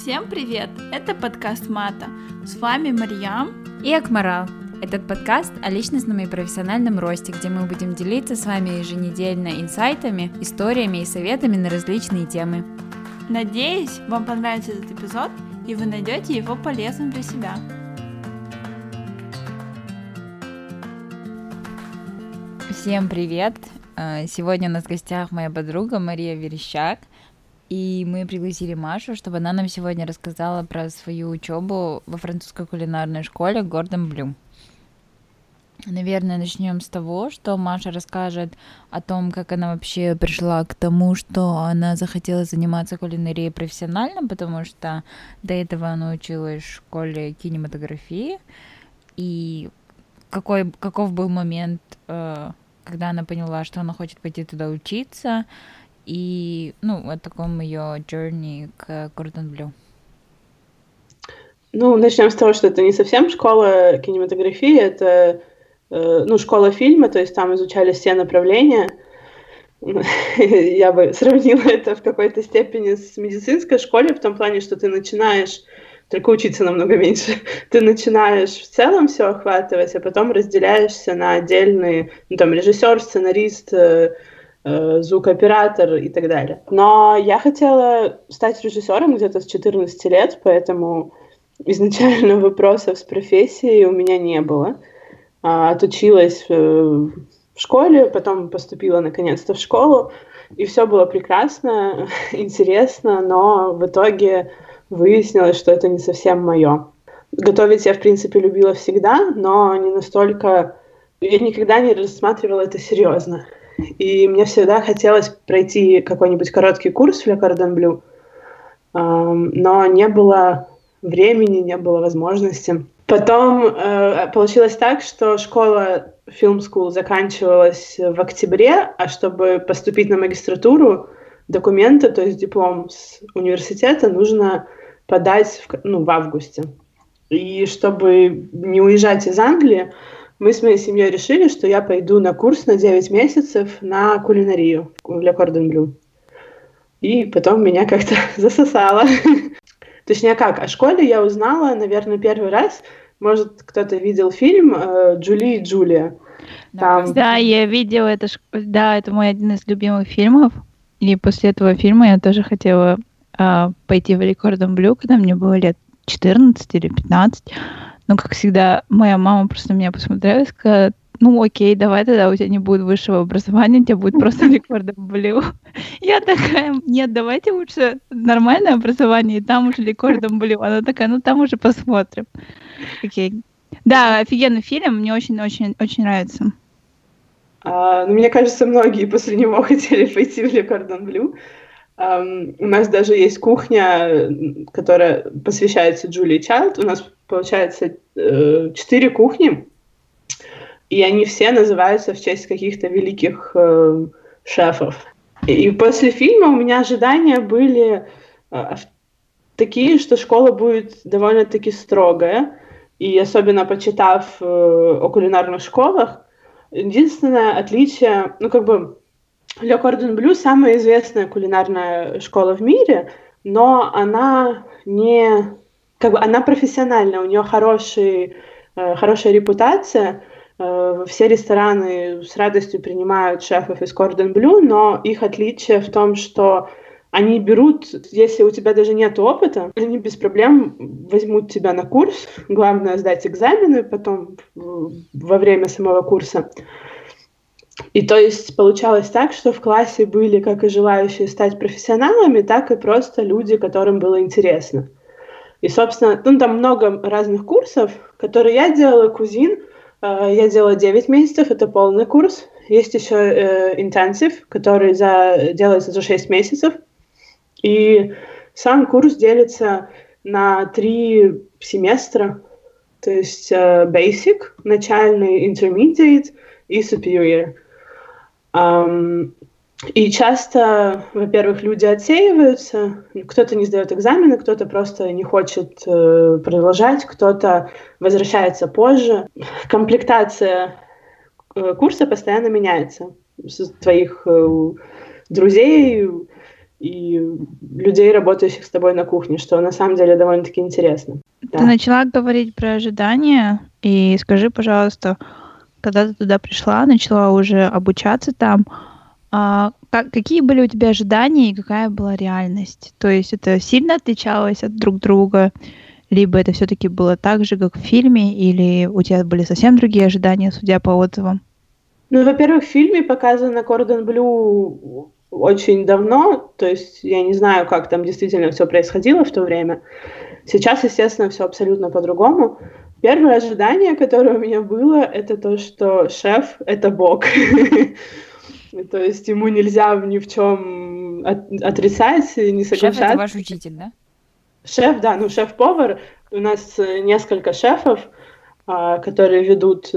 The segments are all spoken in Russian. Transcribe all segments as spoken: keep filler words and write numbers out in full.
Всем привет! Это подкаст Мата. С вами Марьям и Акмарал. Этот подкаст о личностном и профессиональном росте, где мы будем делиться с вами еженедельно инсайтами, историями и советами на различные темы. Надеюсь, вам понравится этот эпизод, и вы найдете его полезным для себя. Всем привет! Сегодня у нас в гостях моя подруга Мария Верещак, и мы пригласили Машу, чтобы она нам сегодня рассказала про свою учебу во французской кулинарной школе Гордон Блю. Наверное, начнем с того, что Маша расскажет о том, как она вообще пришла к тому, что она захотела заниматься кулинарией профессионально, потому что до этого она училась в школе кинематографии, и какой, каков был момент, когда она поняла, что она хочет пойти туда учиться, и, ну, о таком ее journey к Гордон Блю. Ну, начнем с того, что это не совсем школа кинематографии, это, э, ну, школа фильма, то есть там изучали все направления. Я бы сравнила это в какой-то степени с медицинской школой, в том плане, что ты начинаешь, только учиться намного меньше, ты начинаешь в целом все охватывать, а потом разделяешься на отдельные, ну, там, режиссер, сценарист, звукооператор и так далее. Но я хотела стать режиссером где-то с четырнадцати лет, поэтому изначально вопросов с профессией у меня не было. Отучилась в школе, потом поступила наконец-то в школу, и все было прекрасно, интересно, но в итоге выяснилось, что это не совсем мое. Готовить я, в принципе, любила всегда, но не настолько... Я никогда не рассматривала это серьезно. И мне всегда хотелось пройти какой-нибудь короткий курс в Le Cordon Bleu, но не было времени, не было возможности. Потом э, получилось так, что школа Film School заканчивалась в октябре, а чтобы поступить на магистратуру, документы, то есть диплом с университета, нужно подать в, ну, в августе. И чтобы не уезжать из Англии, мы с моей семьей решили, что я пойду на курс на девять месяцев на кулинарию в Le Cordon Bleu. И потом меня как-то засосало. Точнее как, о школе я узнала, наверное, первый раз. Может, кто-то видел фильм «Джули и Джулия». Там... Да, я видела это. Да, это мой один из любимых фильмов. И после этого фильма я тоже хотела а, пойти в Le Cordon Bleu, когда мне было лет четырнадцать или пятнадцать. Но, как всегда, моя мама просто меня посмотрела и сказала: ну окей, давай тогда у тебя не будет высшего образования, у тебя будет просто Le Cordon Bleu. Я такая: нет, давайте лучше нормальное образование, и там уже Le Cordon Bleu. Она такая: ну там уже посмотрим. Окей. Да, офигенный фильм, мне очень-очень-очень нравится. А, ну, мне кажется, многие после него хотели пойти в Le Cordon Bleu. Um, у нас даже есть кухня, которая посвящается Джулии Чайлд. У нас, получается, четыре кухни, и они все называются в честь каких-то великих э, шефов. И после фильма у меня ожидания были э, такие, что школа будет довольно-таки строгая, и особенно почитав э, о кулинарных школах, единственное отличие, ну, как бы, Le Cordon Bleu самая известная кулинарная школа в мире, но она не, как бы, она профессиональная, у нее хороший, э, хорошая репутация, э, все рестораны с радостью принимают шефов из Cordon Bleu, но их отличие в том, что они берут, если у тебя даже нет опыта, они без проблем возьмут тебя на курс, главное сдать экзамены потом во время самого курса. И то есть получалось так, что в классе были как и желающие стать профессионалами, так и просто люди, которым было интересно. И, собственно, ну, там много разных курсов, которые я делала, кузин. Э, я делала девять месяцев, это полный курс. Есть еще э, интенсив, который за, делается за шесть месяцев. И сам курс делится на три семестра. То есть э, basic, начальный, intermediate и superior. Um, и часто, во-первых, люди отсеиваются, кто-то не сдает экзамены, кто-то просто не хочет э, продолжать, кто-то возвращается позже. Комплектация э, курса постоянно меняется. С твоих э, друзей и людей, работающих с тобой на кухне, что на самом деле довольно-таки интересно. Ты Да. начала говорить про ожидания, и скажи, пожалуйста, когда ты туда пришла, начала уже обучаться там, а, как, какие были у тебя ожидания и какая была реальность? То есть это сильно отличалось от друг друга, либо это все-таки было так же, как в фильме, или у тебя были совсем другие ожидания, судя по отзывам? Ну, во-первых, в фильме показано Кордон Блю очень давно, то есть я не знаю, как там действительно все происходило в то время. Сейчас, естественно, все абсолютно по-другому. Первое ожидание, которое у меня было, это то, что шеф — это бог. То есть ему нельзя ни в чем отрицать, не соглашаться. Шеф — это ваш учитель, да? Шеф, да, ну шеф-повар. У нас несколько шефов, которые ведут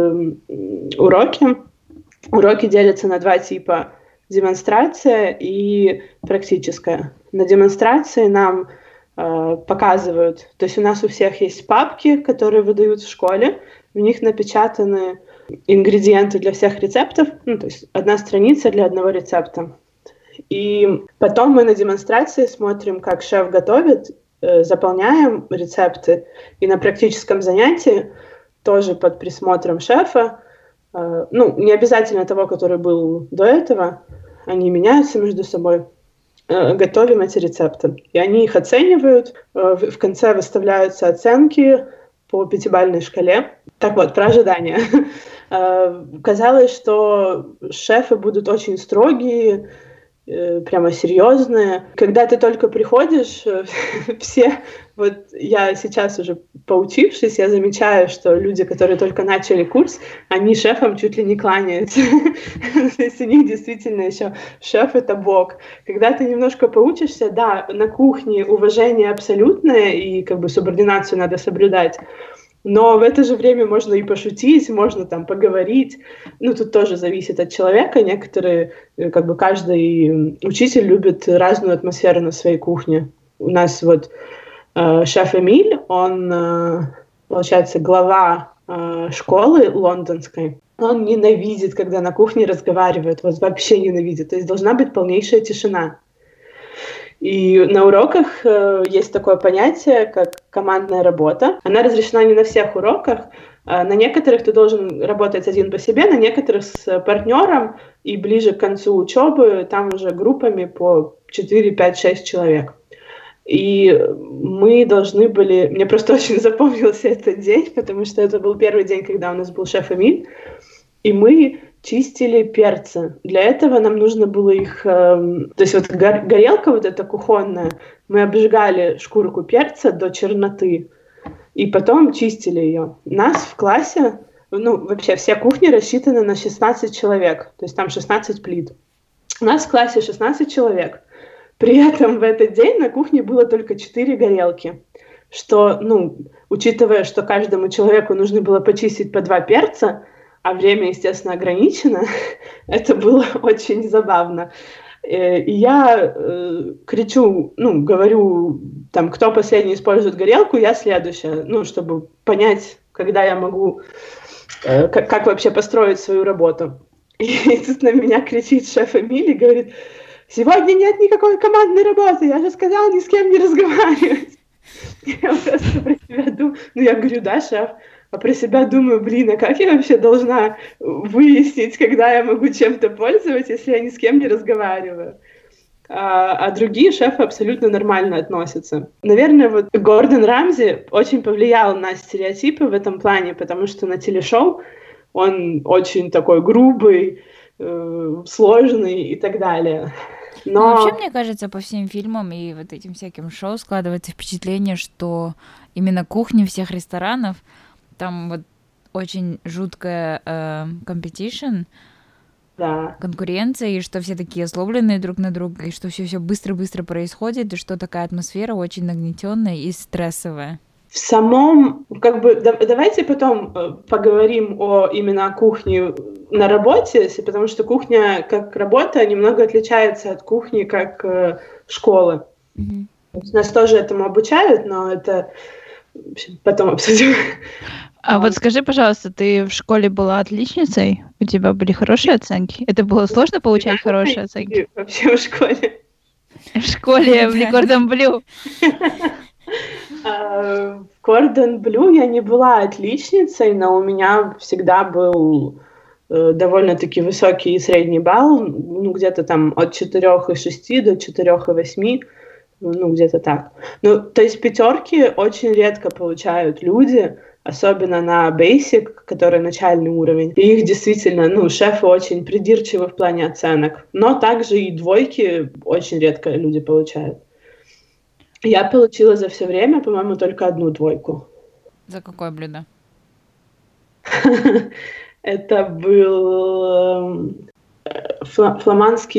уроки. Уроки делятся на два типа: демонстрация и практическая. На демонстрации нам э, показывают, то есть у нас у всех есть папки, которые выдают в школе, в них напечатаны ингредиенты для всех рецептов, ну, то есть одна страница для одного рецепта. И потом мы на демонстрации смотрим, как шеф готовит, э, заполняем рецепты, и на практическом занятии тоже под присмотром шефа, ну, не обязательно того, который был до этого, они меняются между собой, готовим эти рецепты. И они их оценивают, в конце выставляются оценки по пятибалльной шкале. Так вот, про ожидания. Казалось, что шефы будут очень строгие, прямо серьезные. Когда ты только приходишь, все, вот я сейчас уже поучившись, я замечаю, что люди, которые только начали курс, они шефам чуть ли не кланяются. То есть у них действительно еще шеф — это бог. Когда ты немножко поучишься, да, на кухне уважение абсолютное, и как бы субординацию надо соблюдать. Но в это же время можно и пошутить, можно там поговорить. Ну, тут тоже зависит от человека. Некоторые, как бы каждый учитель любит разную атмосферу на своей кухне. У нас вот э, шеф Эмиль, он, э, получается, глава э, школы лондонской. Он ненавидит, когда на кухне разговаривают, вот вообще ненавидит. То есть должна быть полнейшая тишина. И на уроках э, есть такое понятие, как командная работа. Она разрешена не на всех уроках. Э, на некоторых ты должен работать один по себе, на некоторых с партнером, и ближе к концу учебы там уже группами по четыре, пять, шесть человек. И мы должны были... Мне просто очень запомнился этот день, потому что это был первый день, когда у нас был шеф Эмиль, и мы чистили перцы. Для этого нам нужно было их... Э, то есть вот гор- горелка вот эта кухонная, мы обжигали шкурку перца до черноты, и потом чистили ее. Нас в классе... Ну, вообще, вся кухня рассчитана на шестнадцать человек, то есть там шестнадцать плит. У нас в классе шестнадцать человек. При этом в этот день на кухне было только четыре горелки, что, ну, учитывая, что каждому человеку нужно было почистить по два перца, а время, естественно, ограничено, это было очень забавно. И я э, кричу, ну, говорю, там, кто последний использует горелку, я следующая, ну, чтобы понять, когда я могу, э, как, как вообще построить свою работу. И тут на меня кричит шеф Эмиль и говорит: сегодня нет никакой командной работы, я же сказала ни с кем не разговаривать. Я просто про себя думаю, ну, я говорю, да, шеф, а про себя думаю, блин, а как я вообще должна выяснить, когда я могу чем-то пользоваться, если я ни с кем не разговариваю? А, а другие шефы абсолютно нормально относятся. Наверное, вот Гордон Рамзи очень повлиял на стереотипы в этом плане, потому что на телешоу он очень такой грубый, э, сложный и так далее. Но... Ну, вообще, мне кажется, по всем фильмам и вот этим всяким шоу складывается впечатление, что именно кухни всех ресторанов, там вот очень жуткая э, competition, да. конкуренция, и что все такие озлобленные друг на друга, и что все все быстро-быстро происходит, и что такая атмосфера очень нагнетенная и стрессовая. В самом, как бы, да, давайте потом э, поговорим о именно о кухне на работе, потому что кухня как работа немного отличается от кухни как э, школы. Mm-hmm. Нас тоже этому обучают, но это в общем, потом обсудим. А вот скажи, пожалуйста, ты в школе была отличницей? У тебя были хорошие оценки? Это было сложно получать хорошие оценки? Вообще в школе. В школе в Кордон Блю. В Кордон Блю я не была отличницей, но у меня всегда был довольно-таки высокий средний балл, ну, где-то там от четырех и шести до четырех и восьми, ну, где-то так. Ну, то есть пятерки очень редко получают люди, особенно на Basic, который начальный уровень. И их действительно, ну, шефы очень придирчивы в плане оценок. Но также и двойки очень редко люди получают. Я получила за все время, по-моему, только одну двойку. За какое блюдо? Это был фламандский,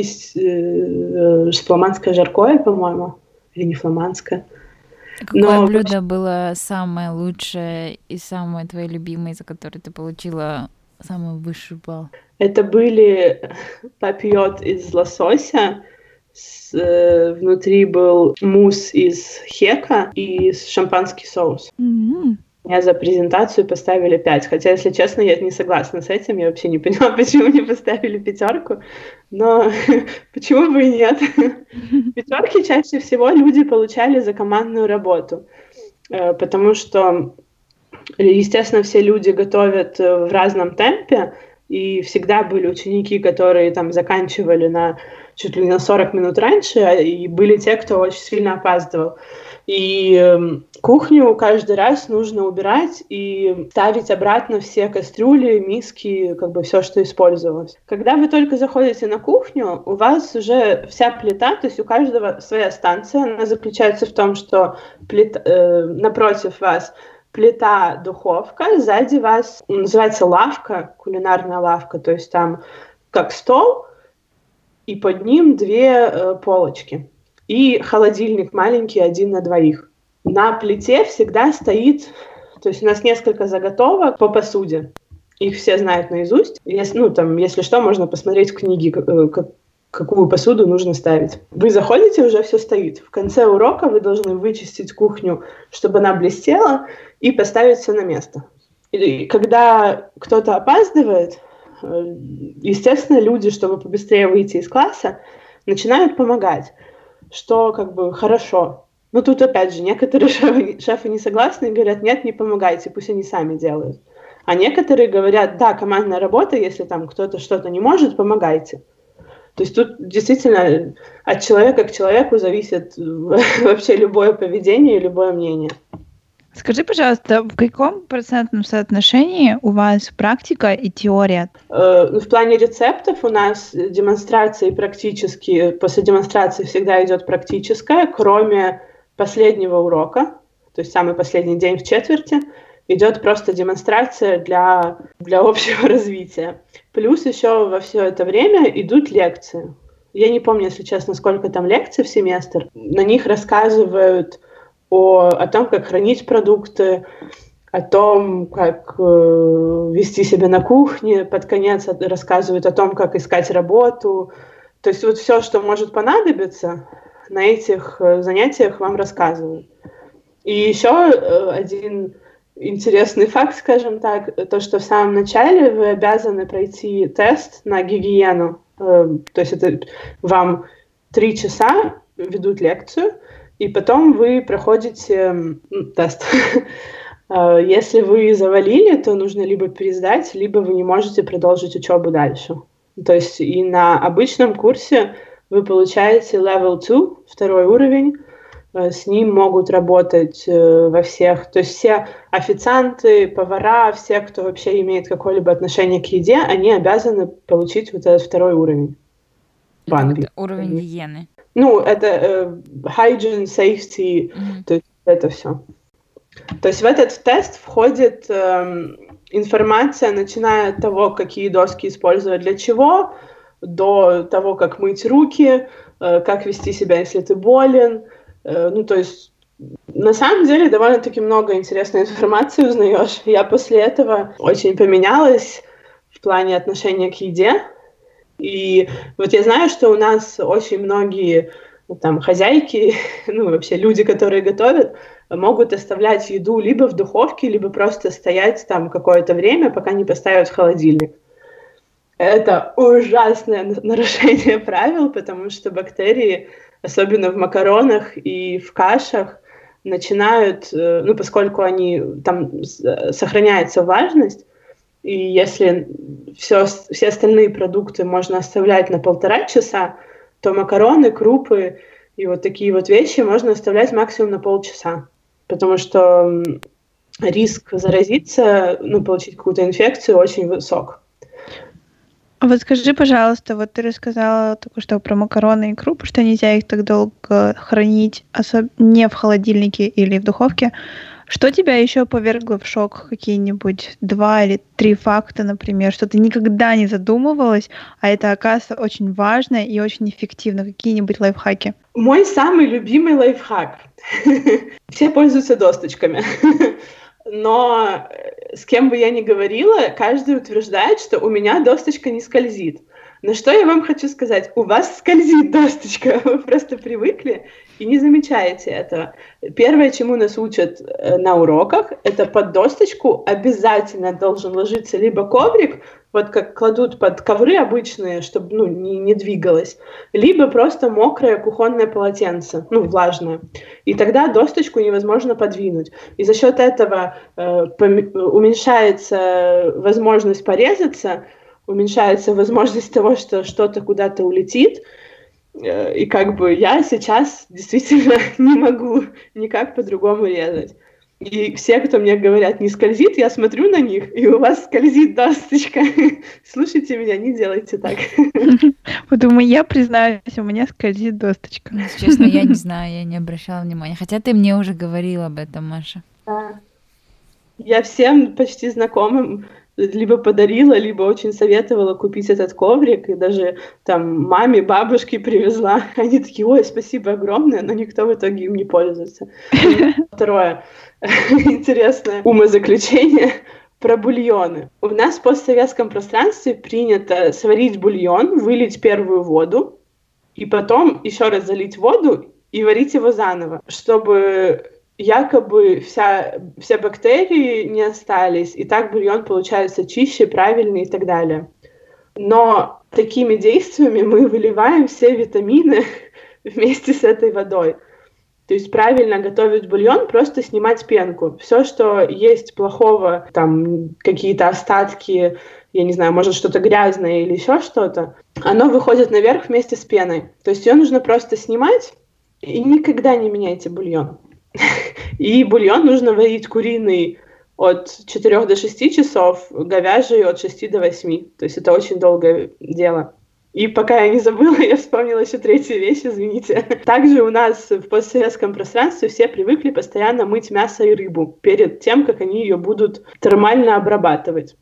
фламандское жаркое, по-моему, или не фламандское. Какое Но... блюдо было самое лучшее и самое твое любимое, за которое ты получила самый высший балл? Это были папиот из лосося, с, э, внутри был мусс из хека и шампанский соус. Mm-hmm. Мне за презентацию поставили пять. Хотя, если честно, я не согласна с этим. Я вообще не поняла, почему мне поставили пятерку. Но почему бы и нет? Пятерки чаще всего люди получали за командную работу. Потому что, естественно, все люди готовят в разном темпе. И всегда были ученики, которые там заканчивали на чуть ли на сорок минут раньше, и были те, кто очень сильно опаздывал. И э, кухню каждый раз нужно убирать и ставить обратно все кастрюли, миски, как бы все, что использовалось. Когда вы только заходите на кухню, у вас уже вся плита, то есть у каждого своя станция, она заключается в том, что плита, э, напротив вас плита, духовка, сзади вас называется лавка, кулинарная лавка, то есть там как стол, и под ним две э, полочки. И холодильник маленький, один на двоих. На плите всегда стоит, то есть у нас несколько заготовок по посуде. Их все знают наизусть. Если, ну, там, если что, можно посмотреть в книге, как, какую посуду нужно ставить. Вы заходите, уже все стоит. В конце урока вы должны вычистить кухню, чтобы она блестела, и поставить все на место. И когда кто-то опаздывает, естественно, люди, чтобы побыстрее выйти из класса, начинают помогать, что как бы хорошо. Но тут опять же некоторые шефы, шефы не согласны и говорят, нет, не помогайте, пусть они сами делают. А некоторые говорят, да, командная работа, если там кто-то что-то не может, помогайте. То есть тут действительно от человека к человеку зависит вообще любое поведение и любое мнение. Скажи, пожалуйста, в каком процентном соотношении у вас практика и теория? Э, в плане рецептов у нас демонстрации практически, после демонстрации всегда идет практическая, кроме последнего урока, то есть самый последний день в четверти, идет просто демонстрация для, для общего развития. Плюс еще во все это время идут лекции. Я не помню, если честно, сколько там лекций в семестр. На них рассказывают о, о том, как хранить продукты, о том, как э, вести себя на кухне. Под конец рассказывают о том, как искать работу. То есть вот все, что может понадобиться, на этих занятиях вам рассказывают. И еще э, один интересный факт, скажем так, то, что в самом начале вы обязаны пройти тест на гигиену. Э, то есть это вам три часа ведут лекцию, и потом вы проходите ну, тест. Если вы завалили, то нужно либо пересдать, либо вы не можете продолжить учебу дальше. То есть и на обычном курсе вы получаете level два, второй уровень. С ним могут работать во всех, то есть все официанты, повара, все, кто вообще имеет какое-либо отношение к еде, они обязаны получить вот этот второй уровень. Это уровень гигиены. Ну, это э, hygiene, safety, mm-hmm. то есть это все. То есть в этот тест входит э, информация, начиная от того, какие доски использовать для чего, до того, как мыть руки, э, как вести себя, если ты болен. Э, ну, то есть на самом деле довольно-таки много интересной информации узнаешь. Я после этого очень поменялась в плане отношения к еде. И вот я знаю, что у нас очень многие там хозяйки, ну вообще люди, которые готовят, могут оставлять еду либо в духовке, либо просто стоять там какое-то время, пока не поставят в холодильник. Это ужасное нарушение правил, потому что бактерии особенно в макаронах и в кашах, начинают, ну, поскольку они, там сохраняется влажность, и если все, все остальные продукты можно оставлять на полтора часа, то макароны, крупы и вот такие вот вещи можно оставлять максимум на полчаса, потому что риск заразиться, ну, получить какую-то инфекцию очень высок. А вот скажи, пожалуйста, вот ты рассказала только что про макароны и крупы, что нельзя их так долго хранить, особ... не в холодильнике или в духовке. Что тебя еще повергло в шок? Какие-нибудь два или три факта, например, что ты никогда не задумывалась, а это, оказывается, очень важно и очень эффективно. Какие-нибудь лайфхаки? Мой самый любимый лайфхак. Все пользуются досточками. Но с кем бы я ни говорила, каждый утверждает, что у меня досточка не скользит. Но что я вам хочу сказать? У вас скользит досточка, вы просто привыкли и не замечаете этого. Первое, чему нас учат на уроках, это под досточку обязательно должен ложиться либо коврик, вот как кладут под ковры обычные, чтобы ну, не, не двигалось, либо просто мокрое кухонное полотенце, ну, влажное. И тогда досточку невозможно подвинуть. И за счет этого э, пом- уменьшается возможность порезаться, уменьшается возможность того, что что-то куда-то улетит. И как бы я сейчас действительно не могу никак по-другому резать. И все, кто мне говорят, не скользит, я смотрю на них, и у вас скользит досточка. Слушайте меня, не делайте так. Думаю, я признаюсь, у меня скользит досточка. Если честно, я не знаю, я не обращала внимания. Хотя ты мне уже говорила об этом, Маша. Да. Я всем почти знакомым либо подарила, либо очень советовала купить этот коврик, и даже там маме, бабушке привезла. Они такие: ой, спасибо огромное, но никто в итоге им не пользуется. Второе интересное умозаключение про бульоны. У нас в постсоветском пространстве принято сварить бульон, вылить первую воду, и потом еще раз залить воду и варить его заново, чтобы якобы вся, все бактерии не остались, и так бульон получается чище, правильный и так далее. Но такими действиями мы выливаем все витамины вместе с этой водой. То есть правильно готовить бульон, просто снимать пенку. Все, что есть плохого, там какие-то остатки, я не знаю, может что-то грязное или еще что-то, оно выходит наверх вместе с пеной. То есть ее нужно просто снимать, и никогда не меняйте бульон. И бульон нужно варить куриный от четырёх до шести часов, говяжий от шести до восьми. То есть это очень долгое дело. И пока я не забыла, я вспомнила еще третью вещь, извините. Также у нас в постсоветском пространстве все привыкли постоянно мыть мясо и рыбу перед тем, как они ее будут термально обрабатывать.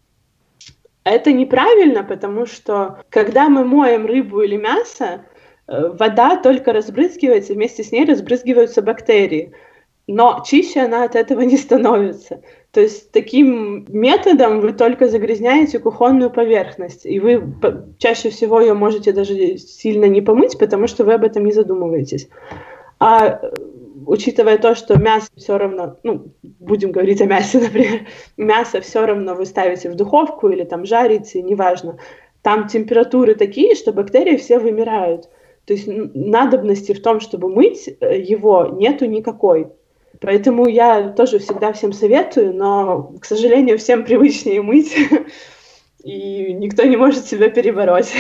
Это неправильно, потому что когда мы моем рыбу или мясо, вода только разбрызгивается, вместе с ней разбрызгиваются бактерии. Но чище она от этого не становится. То есть таким методом вы только загрязняете кухонную поверхность, и вы чаще всего ее можете даже сильно не помыть, потому что вы об этом не задумываетесь. А учитывая то, что мясо все равно, ну, будем говорить о мясе, например, мясо все равно вы ставите в духовку или там жарите, неважно, там температуры такие, что бактерии все вымирают. То есть надобности в том, чтобы мыть его, нету никакой. Поэтому я тоже всегда всем советую, но, к сожалению, всем привычнее мыть, и никто не может себя перебороть.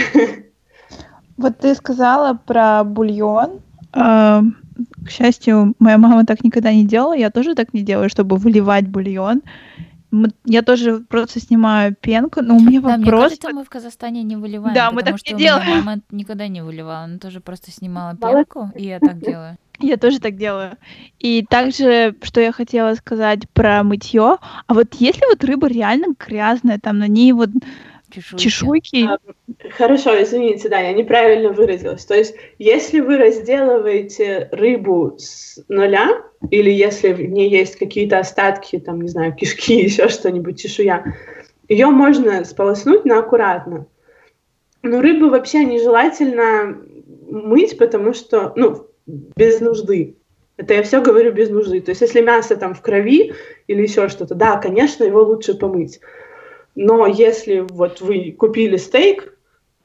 Вот ты сказала про бульон. К счастью, моя мама так никогда не делала, я тоже так не делаю, чтобы выливать бульон. Я тоже просто снимаю пенку, но у меня да, вопрос... мне кажется, мы в Казахстане не выливаем, да, потому мы так что не у делаем. меня мама никогда не выливала, она тоже просто снимала пенку, и я так делаю. Я тоже так делаю. И также, что я хотела сказать про мытье, а вот если вот рыба реально грязная, там на ней вот чешуйки. чешуйки... А, хорошо, извините, да, я неправильно выразилась. То есть, если вы разделываете рыбу с нуля, или если в ней есть какие-то остатки, там, не знаю, кишки, еще что-нибудь, чешуя, ее можно сполоснуть, но аккуратно. Но рыбу вообще нежелательно мыть, потому что, ну, без нужды. Это я все говорю без нужды. То есть, если мясо там в крови или еще что-то, да, конечно, его лучше помыть. Но если вот вы купили стейк,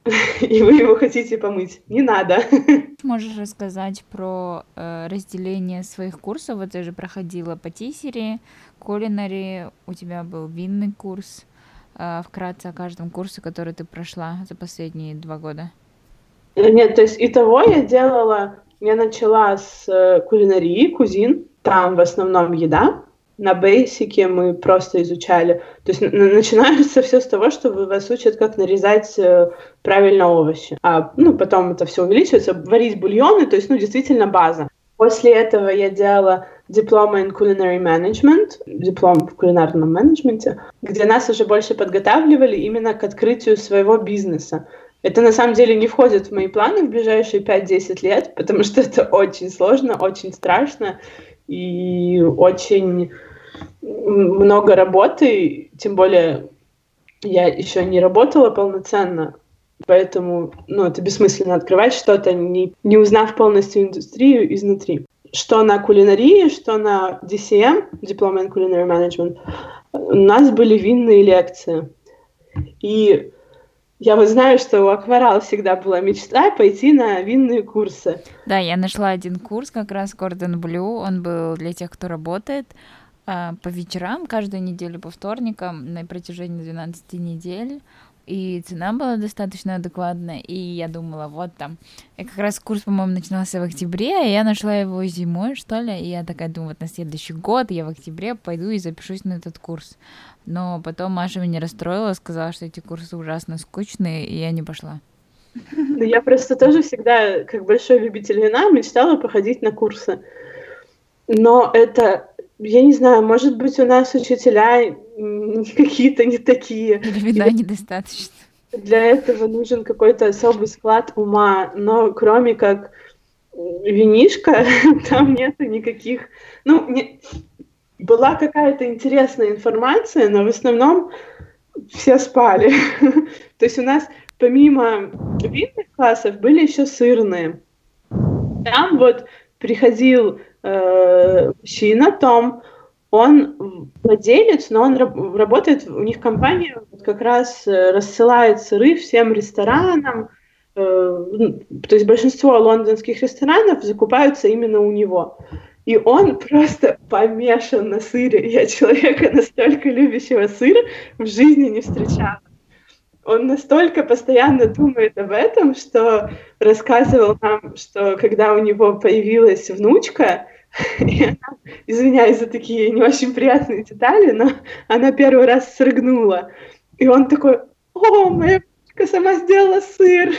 и вы его хотите помыть. Не надо. Можешь рассказать про э, разделение своих курсов? Вот ты же проходила патиссери, кулинари, у тебя был винный курс. Э, вкратце о каждом курсе, который ты прошла за последние два года. Нет, то есть итого я делала, я начала с кулинарии, кузин, там в основном еда. На бейсике мы просто изучали. То есть начинается все с того, что вас учат, как нарезать правильно овощи. А ну, потом это все увеличивается, варить бульоны, то есть ну, действительно база. После этого я делала диплома in culinary management, диплом в кулинарном менеджменте, где нас уже больше подготавливали именно к открытию своего бизнеса. Это на самом деле не входит в мои планы в ближайшие пять-десять лет, потому что это очень сложно, очень страшно и очень много работы, тем более я еще не работала полноценно, поэтому ну, это бессмысленно открывать что-то, не, не узнав полностью индустрию изнутри. Что на кулинарии, что на ди си эм, Diploma in Culinary Management, у нас были винные лекции. И я вот знаю, что у Акварал всегда была мечта пойти на винные курсы. Да, я нашла один курс, как раз Cordon Bleu, он был для тех, кто работает по вечерам, каждую неделю по вторникам на протяжении двенадцати недель. И цена была достаточно адекватная, и я думала, вот там. И как раз курс, по-моему, начинался в октябре, и я нашла его зимой, что ли, и я такая думаю, вот на следующий год я в октябре пойду и запишусь на этот курс. Но потом Маша меня расстроила, сказала, что эти курсы ужасно скучные, и я не пошла. Ну, я просто тоже всегда, как большой любитель вина, мечтала походить на курсы. Но это, я не знаю, может быть, у нас учителя какие-то не такие. Или вина недостаточно. Для этого нужен какой-то особый склад ума, но кроме как винишка, там нету никаких... Ну, не... была какая-то интересная информация, но в основном все спали. То есть у нас помимо винных классов были еще сырные. Там вот приходил э, мужчина, Том, он владелец, но он раб- работает, у них компания вот как раз э, рассылает сыры всем ресторанам, э, ну, то есть большинство лондонских ресторанов закупаются именно у него. И он просто помешан на сыре. Я человека настолько любящего сыр в жизни не встречала. Он настолько постоянно думает об этом, что рассказывал нам, что когда у него появилась внучка, и она, извиняюсь за такие не очень приятные детали, но она первый раз срыгнула. И он такой: «О, моя внучка сама сделала сыр!»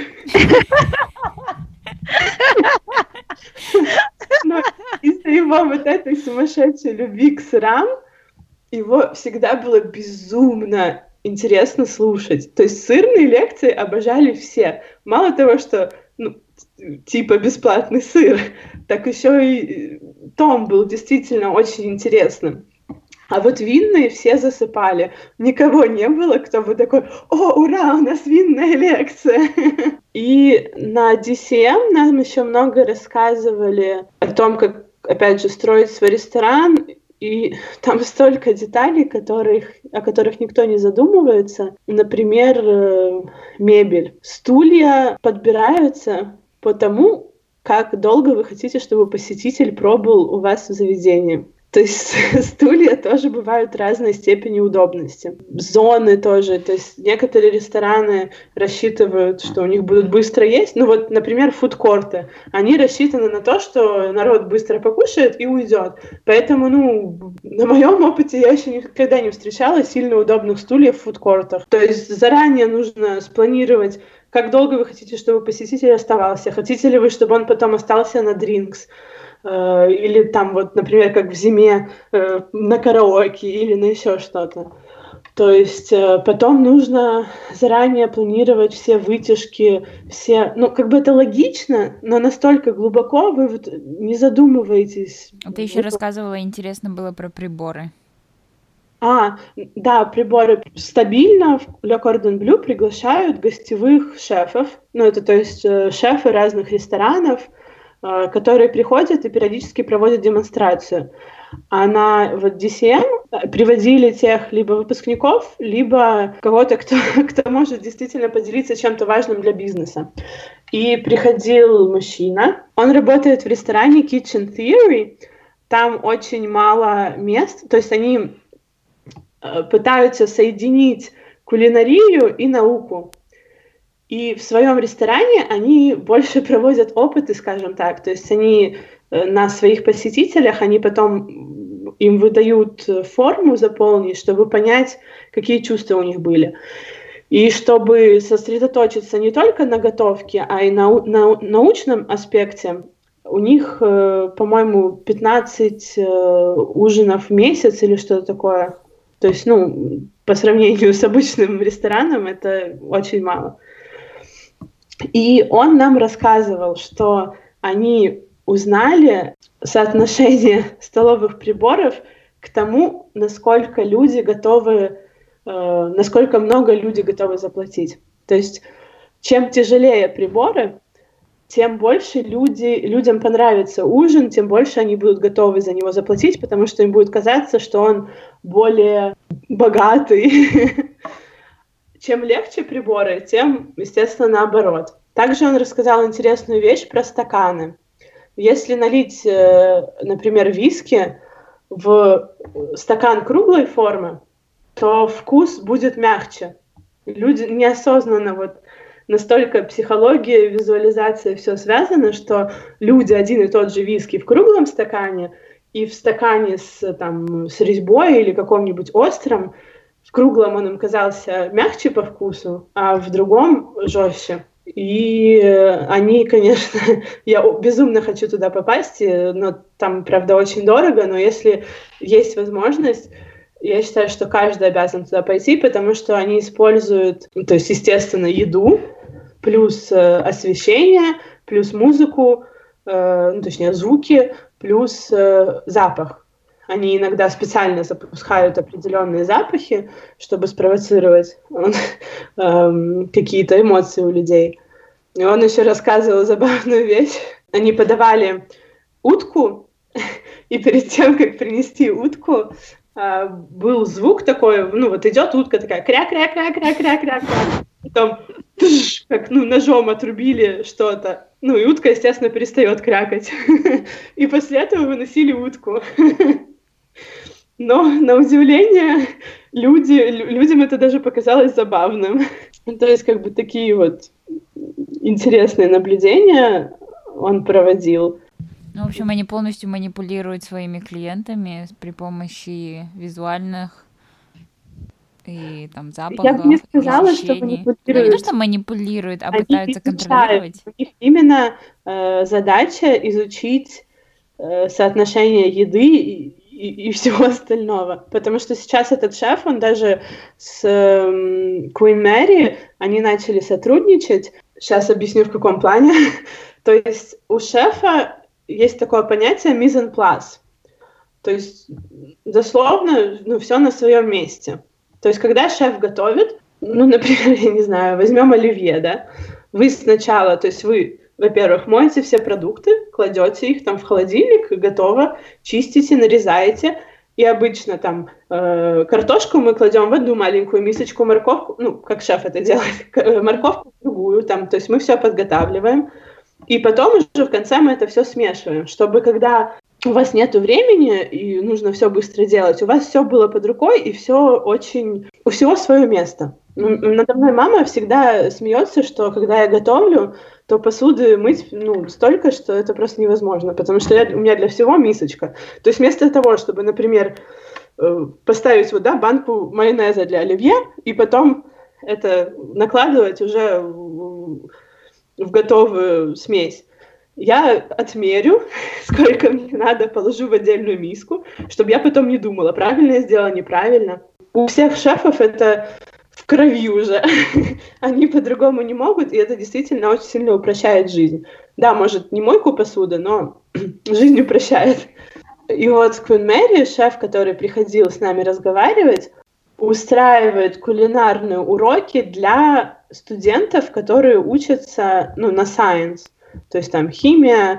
Но из-за его вот этой сумасшедшей любви к сырам его всегда было безумно интересно слушать. То есть сырные лекции обожали все. Мало того, что ну, типа бесплатный сыр, так еще и Том был действительно очень интересным. А вот винные все засыпали. Никого не было, кто бы такой: «О, ура, у нас винная лекция!» И на ди си эм нам еще много рассказывали о том, как, опять же, строить свой ресторан. И там столько деталей, которых, о которых никто не задумывается. Например, мебель. Стулья подбираются по тому, как долго вы хотите, чтобы посетитель пробыл у вас в заведении. То есть стулья тоже бывают разной степени удобности. Зоны тоже. То есть некоторые рестораны рассчитывают, что у них будут быстро есть. Ну вот, например, фудкорты. Они рассчитаны на то, что народ быстро покушает и уйдет. Поэтому, ну, на моем опыте я еще никогда не встречала сильно удобных стульев в фудкортах. То есть заранее нужно спланировать, как долго вы хотите, чтобы посетитель оставался. Хотите ли вы, чтобы он потом остался на дринкс? Или там вот, например, как в зиме э, на караоке или на еще что-то. То есть э, потом нужно заранее планировать все вытяжки, все, ну как бы это логично, но настолько глубоко вы вот не задумываетесь. Ты еще рассказывала, интересно было про приборы. А, да, приборы стабильно в Le Cordon Bleu приглашают гостевых шефов, ну это то есть э, шефы разных ресторанов. которые приходят и периодически проводят демонстрацию. А на вот ди си эм приводили тех либо выпускников, либо кого-то, кто, кто может действительно поделиться чем-то важным для бизнеса. И приходил мужчина, он работает в ресторане Kitchen Theory, там очень мало мест, то есть они пытаются соединить кулинарию и науку. И в своем ресторане они больше проводят опыты, скажем так, то есть они на своих посетителях, они потом им выдают форму заполнить, чтобы понять, какие чувства у них были. И чтобы сосредоточиться не только на готовке, а и на, на научном аспекте, у них, по-моему, пятнадцать ужинов в месяц или что-то такое. То есть, ну, по сравнению с обычным рестораном, это очень мало. И он нам рассказывал, что они узнали соотношение столовых приборов к тому, насколько люди готовы, э, насколько много люди готовы заплатить. То есть, чем тяжелее приборы, тем больше люди, людям понравится ужин, тем больше они будут готовы за него заплатить, потому что им будет казаться, что он более богатый. Чем легче приборы, тем, естественно, наоборот. Также он рассказал интересную вещь про стаканы. Если налить, например, виски в стакан круглой формы, то вкус будет мягче. Люди неосознанно, вот настолько психология, визуализация, все связано, что люди один и тот же виски в круглом стакане и в стакане с, там, с резьбой или каком-нибудь остром, в круглом он им казался мягче по вкусу, а в другом жестче. И они, конечно, я безумно хочу туда попасть, но там, правда, очень дорого, но если есть возможность, я считаю, что каждый обязан туда пойти, потому что они используют, то есть, естественно, еду, плюс э, освещение, плюс музыку, э, ну, точнее, звуки, плюс э, запах. Они иногда специально запускают определенные запахи, чтобы спровоцировать э, какие-то эмоции у людей. И он еще рассказывал забавную вещь. Они подавали утку, и перед тем, как принести утку, э, был звук такой, ну вот идет утка такая, кря-кря-кря-кря-кря-кря, потом тш, как ну, ножом отрубили что-то. Ну и утка, естественно, перестает крякать. И после этого выносили утку. Но, на удивление, люди, людям это даже показалось забавным. То есть, как бы, такие вот интересные наблюдения он проводил. Ну, в общем, они полностью манипулируют своими клиентами при помощи визуальных и там запахов, Я бы не сказала, ощущений. что манипулируют. Ну, не то, что манипулируют, а они пытаются изучают. контролировать. У них именно э, задача изучить э, соотношение еды и, и, и всего остального. Потому что сейчас этот шеф, он даже с э, Queen Mary, они начали сотрудничать. Сейчас объясню, в каком плане. То есть у шефа есть такое понятие mise en place. То есть дословно, ну, все на своем месте. То есть, когда шеф готовит, ну, например, я не знаю, возьмем оливье, да, вы сначала, то есть вы, во-первых, моете все продукты, кладете их там в холодильник, готово, чистите, нарезаете, и обычно там э, картошку мы кладем в одну маленькую мисочку, морковку, ну, как шеф это делает, морковку в другую, там, то есть мы все подготавливаем, и потом уже в конце мы это все смешиваем, чтобы когда у вас нет времени, и нужно все быстро делать, у вас все было под рукой, и все очень... У всего свое место. Надо мной мама всегда смеется, что когда я готовлю, то посуды мыть, ну, столько, что это просто невозможно, потому что я, у меня для всего мисочка. То есть вместо того, чтобы, например, поставить вот, да, банку майонеза для оливье, и потом это накладывать уже в, в готовую смесь, я отмерю, сколько мне надо, положу в отдельную миску, чтобы я потом не думала, правильно я сделала, неправильно. У всех шефов это в крови уже. Они по-другому не могут, и это действительно очень сильно упрощает жизнь. Да, может, не мойку посуды, но жизнь упрощает. И вот Queen Mary, шеф, который приходил с нами разговаривать, устраивает кулинарные уроки для студентов, которые учатся, ну, на science. То есть там химия,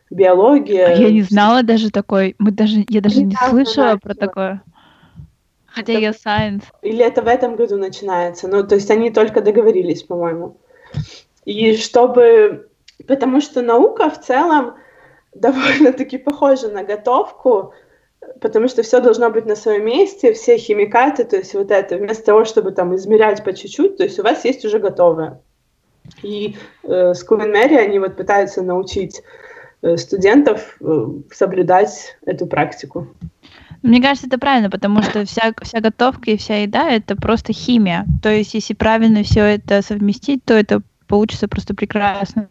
биология. А я не знала даже такой, мы даже, я даже не Недавно слышала про начала. такое. Хотя Это- я science. Или это в этом году начинается? Ну, то есть они только договорились, по-моему. И чтобы... Потому что наука в целом довольно-таки похожа на готовку, потому что все должно быть на своем месте, все химикаты, то есть вот это, вместо того, чтобы там измерять по чуть-чуть, то есть у вас есть уже готовое. И э, с Queen Mary они вот пытаются научить э, студентов э, соблюдать эту практику. Мне кажется, это правильно, потому что вся, вся готовка и вся еда — это просто химия. То есть если правильно все это совместить, то это получится просто прекрасно.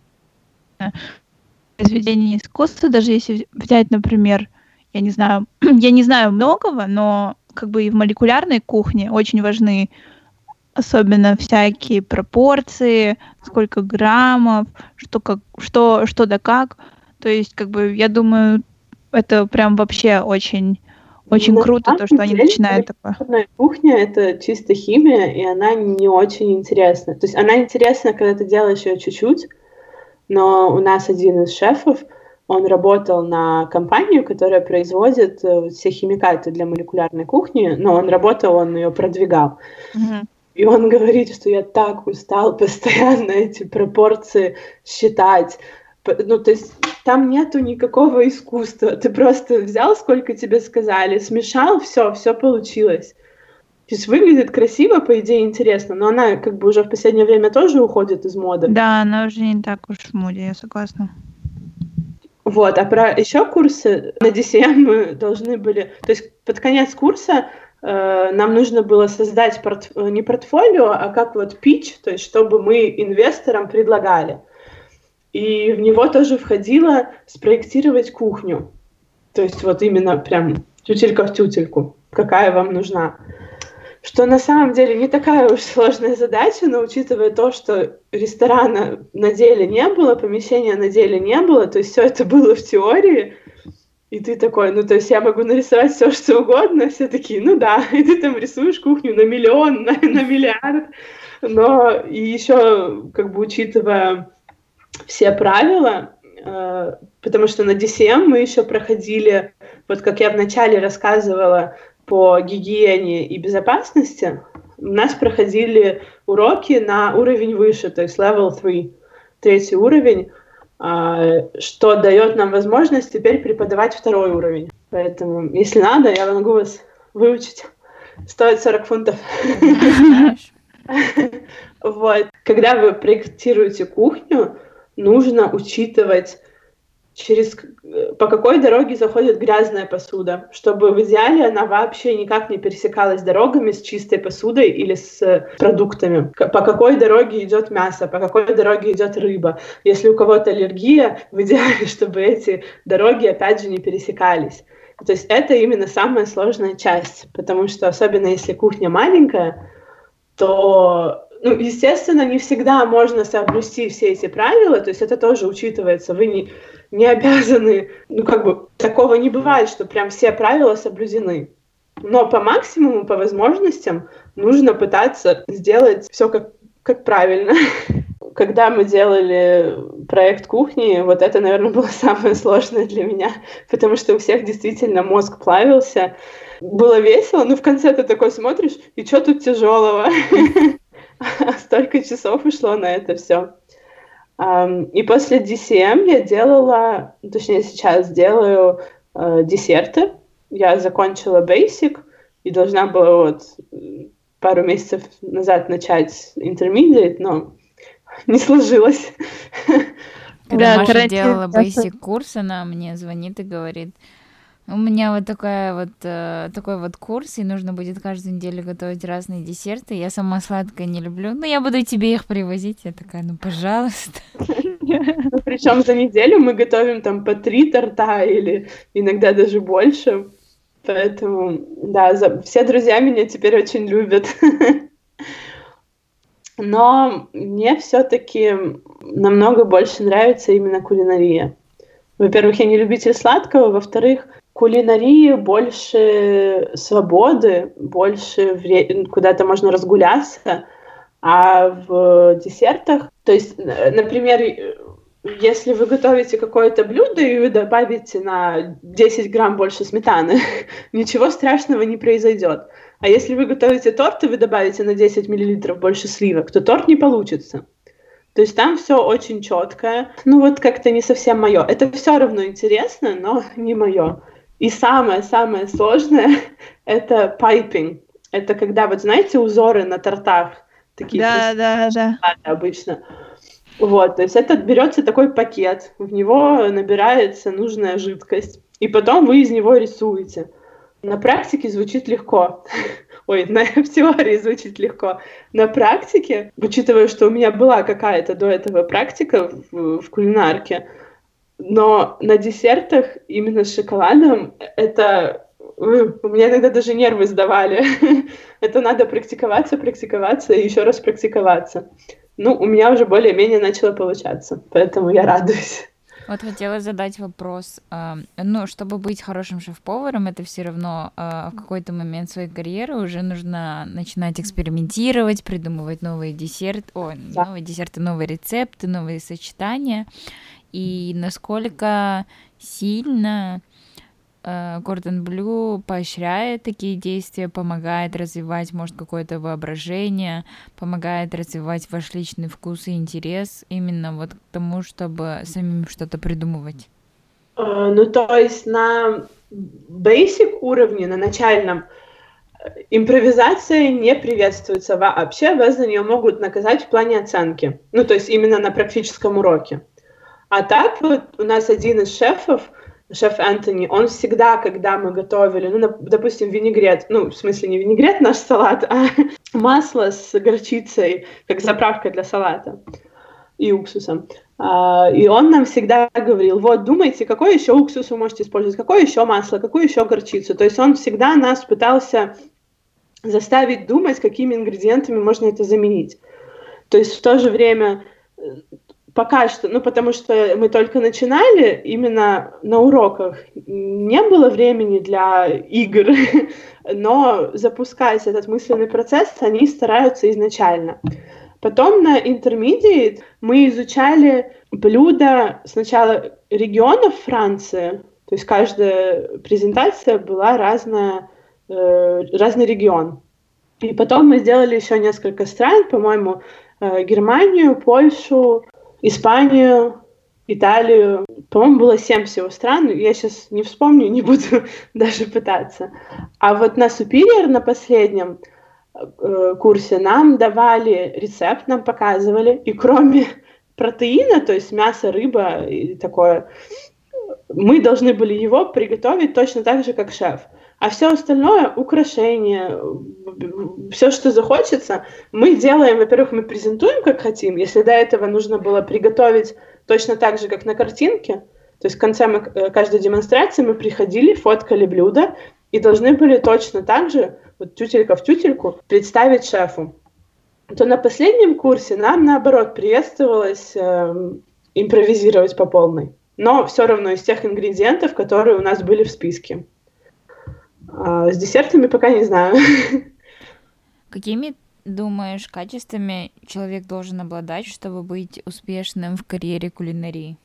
Произведение искусства, даже если взять, например, я не знаю, я не знаю многого, но как бы и в молекулярной кухне очень важны особенно всякие пропорции, сколько граммов, что как, что, что да как. То есть, как бы, я думаю, это прям вообще очень, очень На круто, то, самом что они деле, начинают такое. молекулярная кухня — это чисто химия, и она не очень интересна. То есть она интересна, когда ты делаешь ее чуть-чуть, но у нас один из шефов, он работал на компанию, которая производит э, все химикаты для молекулярной кухни, но он работал, он ее продвигал. Мгм. И он говорит, что я так устал постоянно эти пропорции считать. П- Ну, то есть там нету никакого искусства. Ты просто взял, сколько тебе сказали, смешал, все, все получилось. То есть выглядит красиво, по идее, интересно, но она как бы уже в последнее время тоже уходит из моды. Да, она уже не так уж в моде, я согласна. Вот, а про еще курсы на ди си эм мы должны были... То есть под конец курса э, нам нужно было создать порт- не портфолио, а как вот pitch, то есть чтобы мы инвесторам предлагали. И в него тоже входило спроектировать кухню. То есть вот именно прям тютелька в тютельку, какая вам нужна. Что на самом деле не такая уж сложная задача, но учитывая то, что ресторана на деле не было, помещения на деле не было, то есть все это было в теории, и ты такой, ну то есть я могу нарисовать все, что угодно, все такие, ну да, и ты там рисуешь кухню на миллион, на, на миллиард, но и еще как бы учитывая все правила, э, потому что на ди си эм мы еще проходили, вот как я вначале рассказывала, по гигиене и безопасности, у нас проходили уроки на уровень выше, то есть level три, третий уровень, э, что дает нам возможность теперь преподавать второй уровень. Поэтому, если надо, я могу вас выучить. Стоит сорок фунтов. Знаешь? Вот. Когда вы проектируете кухню, нужно учитывать, через по какой дороге заходит грязная посуда, чтобы в идеале она вообще никак не пересекалась дорогами с чистой посудой или с продуктами. По какой дороге идет мясо, по какой дороге идет рыба. Если у кого-то аллергия, в идеале, чтобы эти дороги опять же не пересекались. То есть это именно самая сложная часть, потому что особенно если кухня маленькая, то, ну, естественно, не всегда можно соблюсти все эти правила, то есть это тоже учитывается, вы не, не обязаны, ну, как бы, такого не бывает, что прям все правила соблюдены. Но по максимуму, по возможностям, нужно пытаться сделать все как, как правильно. Когда мы делали проект кухни, вот это, наверное, было самое сложное для меня, потому что у всех действительно мозг плавился. Было весело, но в конце ты такой смотришь, и что тут тяжелого? Столько часов ушло на это все. И после ди си эм я делала, точнее сейчас делаю э, десерты. Я закончила Basic и должна была вот пару месяцев назад начать Intermediate, но не сложилось. Когда Да, Маша карантин делала часто- basic курс, она мне звонит и говорит: у меня вот такая вот э, такой вот курс, и нужно будет каждую неделю готовить разные десерты. Я сама сладкое не люблю, но я буду тебе их привозить. Я такая, ну пожалуйста. Ну, причем за неделю мы готовим там по три торта или иногда даже больше. Поэтому, да, за... все друзья меня теперь очень любят. Но мне все-таки намного больше нравится именно кулинария. Во-первых, я не любитель сладкого, во-вторых, кулинарии больше свободы, больше вре... куда-то можно разгуляться, а в десертах, то есть, например, если вы готовите какое-то блюдо и вы добавите на десять грамм больше сметаны, ничего страшного не произойдет. А если вы готовите торт и вы добавите на десять миллилитров больше сливок, то торт не получится. То есть там все очень четкое. Ну вот как-то не совсем мое. Это все равно интересно, но не мое. И самое-самое сложное — это пайпинг. Это когда, вот знаете, узоры на тортах такие Да, да, да. обычно. Вот, то есть это берется такой пакет, в него набирается нужная жидкость, и потом вы из него рисуете. На практике звучит легко. Ой, на, в теории звучит легко. На практике, учитывая, что у меня была какая-то до этого практика в, в кулинарке, но на десертах именно с шоколадом это... У меня иногда даже нервы сдавали. Это надо практиковаться, практиковаться и еще раз практиковаться. Ну, у меня уже более-менее начало получаться, поэтому я радуюсь. Вот хотела задать вопрос. Ну, чтобы быть хорошим шеф-поваром, это все равно в какой-то момент своей карьеры уже нужно начинать экспериментировать, придумывать новые десерты, о, да. новые десерты, новые рецепты, новые сочетания. И насколько сильно Cordon Bleu поощряет такие действия, помогает развивать, может, какое-то воображение, помогает развивать ваш личный вкус и интерес именно вот к тому, чтобы самим что-то придумывать? Uh, ну, то есть на basic уровне, на начальном, импровизация не приветствуется вообще, вас за нее могут наказать в плане оценки. Ну, то есть именно на практическом уроке. А так вот у нас один из шефов, шеф Энтони, он всегда, когда мы готовили, ну, допустим, винегрет, ну, в смысле не винегрет наш салат, а масло с горчицей, как заправка для салата и уксусом. И он нам всегда говорил, вот, думайте, какой еще уксус вы можете использовать, какое еще масло, какую еще горчицу. То есть он всегда нас пытался заставить думать, какими ингредиентами можно это заменить. То есть в то же время... Пока что, ну, потому что мы только начинали, именно на уроках не было времени для игр, но запускать этот мысленный процесс, они стараются изначально. Потом на intermediate мы изучали блюда сначала регионов Франции, то есть каждая презентация была разная, э, разный регион. И потом мы сделали еще несколько стран, по-моему, э, Германию, Польшу, Испанию, Италию. По-моему, было семь всего стран. Я сейчас не вспомню, не буду даже пытаться. А вот на Superior, на последнем э, курсе, нам давали рецепт, нам показывали. И кроме протеина, то есть мяса, рыба и такое, мы должны были его приготовить точно так же, как шеф. А все остальное, украшения, все, что захочется, мы делаем, во-первых, мы презентуем, как хотим. Если до этого нужно было приготовить точно так же, как на картинке, то есть в конце мы, каждой демонстрации мы приходили, фоткали блюдо и должны были точно так же, вот тютелька в тютельку, представить шефу. То на последнем курсе нам, наоборот, приветствовалось э, импровизировать по полной. Но все равно из тех ингредиентов, которые у нас были в списке. А с десертами пока не знаю. Какими, думаешь, качествами человек должен обладать, чтобы быть успешным в карьере кулинарии?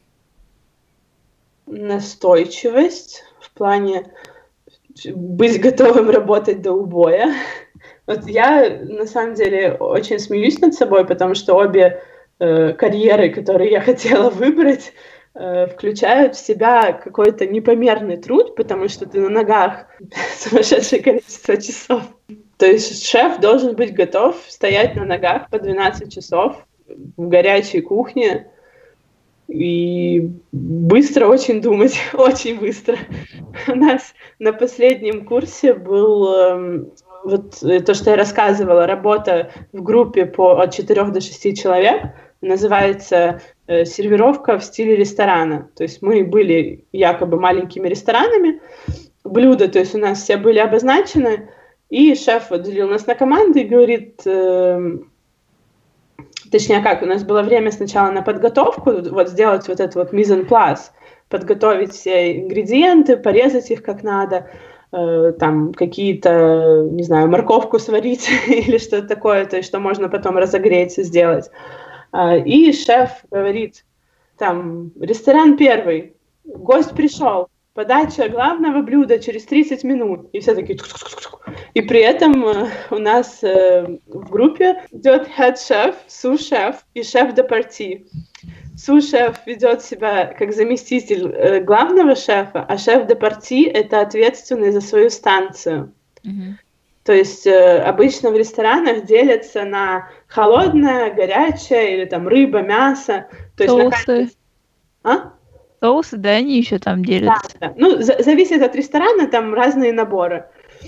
Настойчивость в плане быть готовым работать до убоя. Вот я, на самом деле, очень смеюсь над собой, потому что обе э, карьеры, которые я хотела выбрать, включают в себя какой-то непомерный труд, потому что ты на ногах сумасшедшее количество часов. То есть шеф должен быть готов стоять на ногах по двенадцать часов в горячей кухне и быстро очень думать, очень быстро. У нас на последнем курсе был вот то, что я рассказывала, работа в группе по, от четырёх до шести человек, называется э, сервировка в стиле ресторана. То есть мы были якобы маленькими ресторанами, блюда, то есть у нас все были обозначены, и шеф вот делил нас на команды и говорит, э, точнее как, у нас было время сначала на подготовку, вот сделать вот этот вот mise en place, подготовить все ингредиенты, порезать их как надо, э, там какие-то, не знаю, морковку сварить или что-то такое, то есть что можно потом разогреть и сделать. И шеф говорит, там, ресторан первый, гость пришел, подача главного блюда через тридцать минут. И все такие... И при этом э, у нас э, в группе идет head-шеф, су-шеф и шеф-де-парти. Су-шеф ведет себя как заместитель э, главного шефа, а шеф-де-парти — это ответственный за свою станцию. Мгм. То есть э, обычно в ресторанах делятся на холодное, горячее, или там рыба, мясо. То есть на Соусы. каждый... А? Соусы, да, они еще там Да, делятся. да. Ну, за- зависит от ресторана, там разные наборы.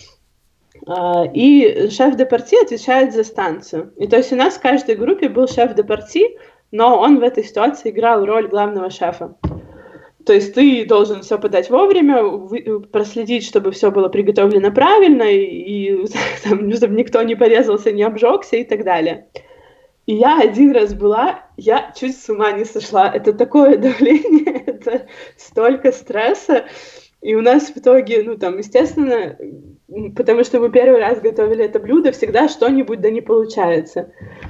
А, И шеф-де-парти отвечает за станцию. И то есть у нас в каждой группе был шеф-де-парти, но он в этой ситуации играл роль главного шефа. То есть ты должен все подать вовремя, вы- проследить, чтобы все было приготовлено правильно, и, и там, чтобы никто не порезался, не обжегся и так далее. И я один раз была, я чуть с ума не сошла. Это такое давление, это столько стресса. И у нас в итоге, ну там, естественно, м, потому что мы первый раз готовили это блюдо, всегда что-нибудь да не получается.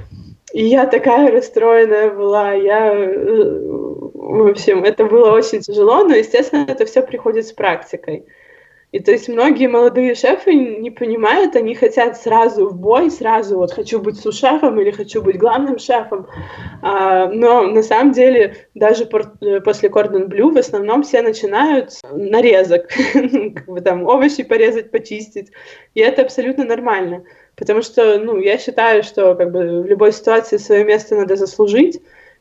И я такая расстроенная была, я, э, в общем, это было очень тяжело, но, естественно, это все приходит с практикой. И то есть многие молодые шефы не понимают, они хотят сразу в бой, сразу вот хочу быть су-шефом или хочу быть главным шефом. А, но на самом деле даже пор- э, после Cordon Bleu в основном все начинают с нарезок, ну, как бы там овощи порезать, почистить. И это абсолютно нормально. Потому что, ну, я считаю, что как бы в любой ситуации свое место надо заслужить.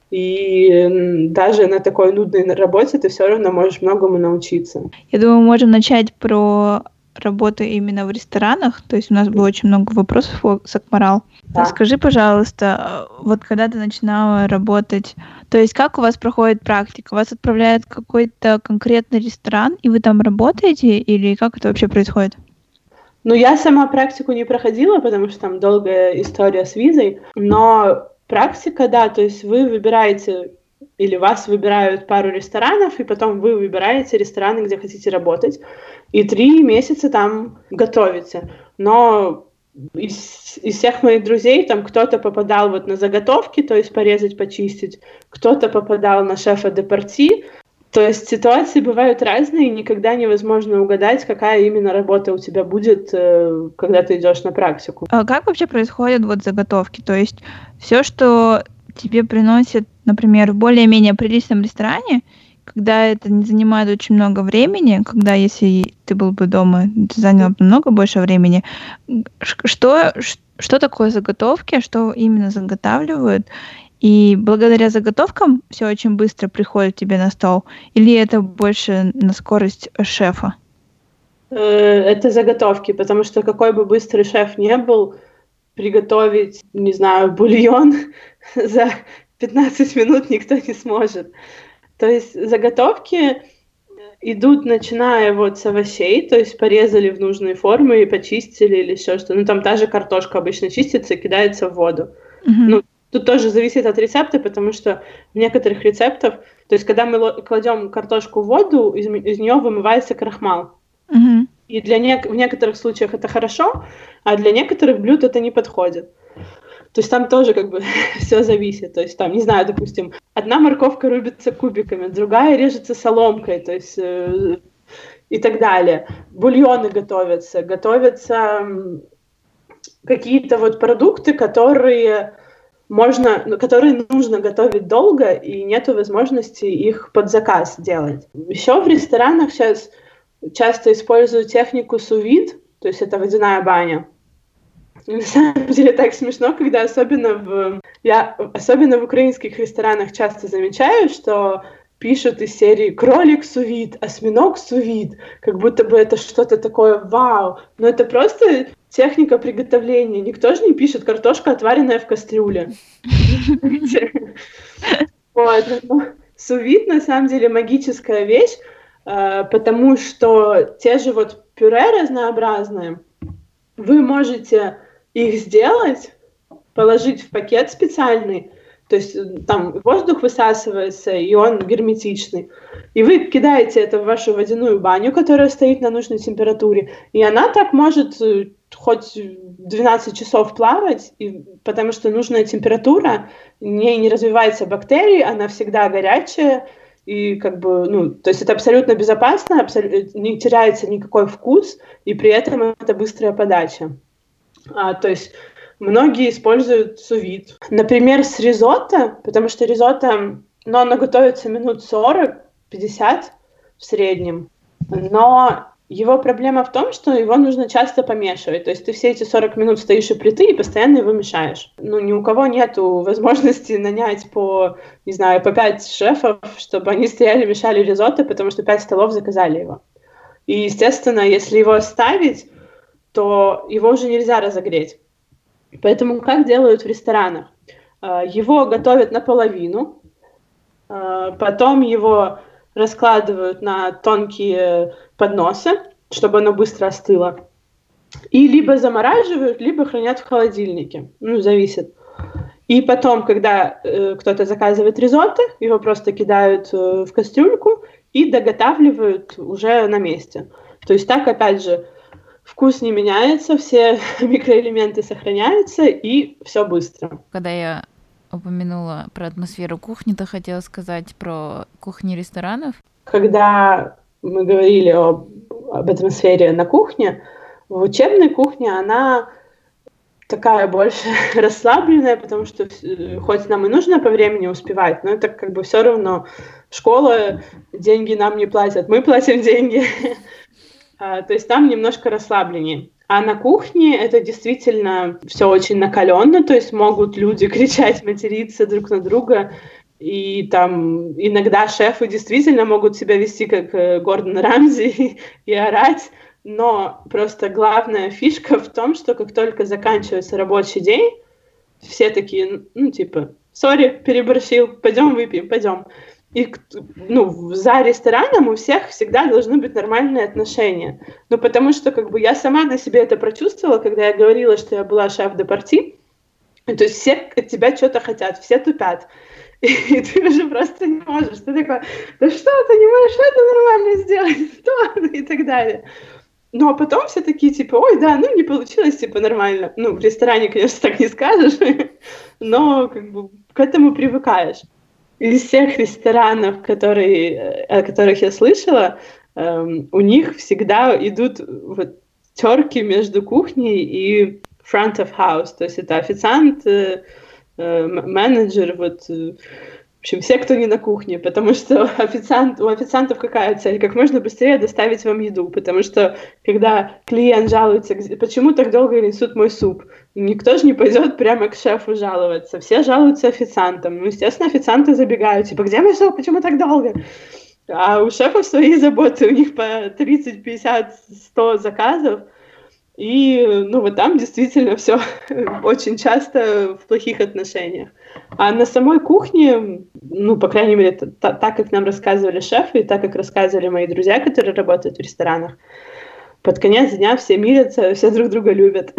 И м, даже на такой нудной на- работе ты все равно можешь многому научиться. Я думаю, мы можем начать про работу именно в ресторанах. То есть у нас было очень много вопросов у Сакмарал. Да. Скажи, пожалуйста, э, вот когда ты начинала работать, то есть как у вас проходит практика? Вас отправляют в какой-то конкретный ресторан, и вы там работаете, или как это вообще происходит? Ну, я сама практику не проходила, потому что там долгая история с визой, но практика, да, то есть вы выбираете, или вас выбирают пару ресторанов, и потом вы выбираете рестораны, где хотите работать, и три месяца там готовите. Но из, из всех моих друзей там кто-то попадал вот на заготовки, то есть порезать, почистить, кто-то попадал на шефа де парти. То есть ситуации бывают разные, и никогда невозможно угадать, какая именно работа у тебя будет, э, когда ты идешь на практику. А как вообще происходят вот заготовки? То есть все, что тебе приносит, например, в более-менее приличном ресторане, когда это не занимает очень много времени, когда если ты был бы дома, это заняло бы намного больше времени. м, ш- Что, ш- что такое заготовки, что именно заготавливают? И благодаря заготовкам все очень быстро приходит тебе на стол? Или это больше на скорость шефа? Э, Это заготовки, потому что какой бы быстрый шеф не был, приготовить, не знаю, бульон за пятнадцать минут никто не сможет. То есть заготовки идут, начиная вот с овощей, то есть порезали в нужные формы и почистили или еще что. Ну, там та же картошка обычно чистится и кидается в воду. Мгм. Ну, тут тоже зависит от рецепта, потому что в некоторых рецептах, то есть когда мы ло- кладем картошку в воду, из, м- из нее вымывается крахмал. Мгм. И для нек- в некоторых случаях это хорошо, а для некоторых блюд это не подходит. То есть там тоже как бы все зависит. То есть там, не знаю, допустим, одна морковка рубится кубиками, другая режется соломкой, то есть э, и так далее. Бульоны готовятся, готовятся м, какие-то вот продукты, которые можно, ну, которые нужно готовить долго, и нету возможности их под заказ делать. Еще в ресторанах сейчас часто используют технику су-вид, то есть это водяная баня. И на самом деле так смешно, когда особенно в я особенно в украинских ресторанах часто замечаю, что пишут из серии кролик сувид, осьминог сувид, как будто бы это что-то такое вау. Но это просто техника приготовления. Никто же не пишет картошка, отваренная в кастрюле. Вот. Но сувид на самом деле магическая вещь, э, потому что те же вот пюре разнообразные, вы можете их сделать, положить в пакет специальный, то то есть там воздух высасывается, и он герметичный. И вы кидаете это в вашу водяную баню, которая стоит на нужной температуре, и она так может хоть двенадцать часов плавать, и, потому что нужная температура, в ней не развиваются бактерии, она всегда горячая, и как бы, ну, то есть это абсолютно безопасно, абсолютно, не теряется никакой вкус, и при этом это быстрая подача. А, то есть многие используют су-вид. Например, с ризотто, потому что ризотто, ну, оно готовится минут сорок-пятьдесят в среднем, но его проблема в том, что его нужно часто помешивать. То есть ты все эти сорок минут стоишь у плиты и постоянно его мешаешь. Ну, ни у кого нету возможности нанять по, не знаю, по пять шефов, чтобы они стояли, мешали ризотто, потому что пять столов заказали его. И, естественно, если его оставить, то его уже нельзя разогреть. Поэтому как делают в ресторанах? Его готовят наполовину, потом его раскладывают на тонкие подносы, чтобы оно быстро остыло. И либо замораживают, либо хранят в холодильнике. Ну, зависит. И потом, когда э, кто-то заказывает ризотто, его просто кидают э, в кастрюльку и доготавливают уже на месте. То есть так, опять же, вкус не меняется, все микроэлементы сохраняются, и все быстро. Когда я упомянула про атмосферу кухни, ты хотела сказать про кухни ресторанов? Когда мы говорили об, об атмосфере на кухне, в учебной кухне она такая больше расслабленная, потому что хоть нам и нужно по времени успевать, но это как бы все равно школа, деньги нам не платят, мы платим деньги. То есть там немножко расслабленнее. А на кухне это действительно все очень накаленно, то есть могут люди кричать, материться друг на друга, и там иногда шефы действительно могут себя вести как Гордон Рамзи и орать, но просто главная фишка в том, что как только заканчивается рабочий день, все такие, ну типа, сори, переборщил, пойдем выпьем, пойдем. И ну, за рестораном у всех всегда должны быть нормальные отношения. Ну, потому что как бы я сама на себе это прочувствовала, когда я говорила, что я была шеф-де-парти. То есть все от тебя что-то хотят, все тупят. И, и ты уже просто не можешь. Ты такой, да что ты не можешь это нормально сделать? Что? И так далее. Ну, а потом все такие, типа, ой, да, ну, не получилось, типа, нормально. Ну, в ресторане, конечно, так не скажешь, но как бы к этому привыкаешь. Из всех ресторанов, которые, о которых я слышала, эм, у них всегда идут вот терки между кухней и front of house, то есть это официант, э, э, менеджер, вот, э, в общем, все, кто не на кухне, потому что официант, у официантов какая цель? Как можно быстрее доставить вам еду, потому что когда клиент жалуется, почему так долго несут мой суп, никто же не пойдет прямо к шефу жаловаться, все жалуются официантам, ну, естественно, официанты забегают, типа, где мой суп, почему так долго? А у шефов свои заботы, у них по тридцать, пятьдесят, сто заказов, и, ну, вот там действительно все очень часто в плохих отношениях. А на самой кухне, ну, по крайней мере, т- т- так, как нам рассказывали шефы, и так, как рассказывали мои друзья, которые работают в ресторанах, под конец дня все мирятся, все друг друга любят.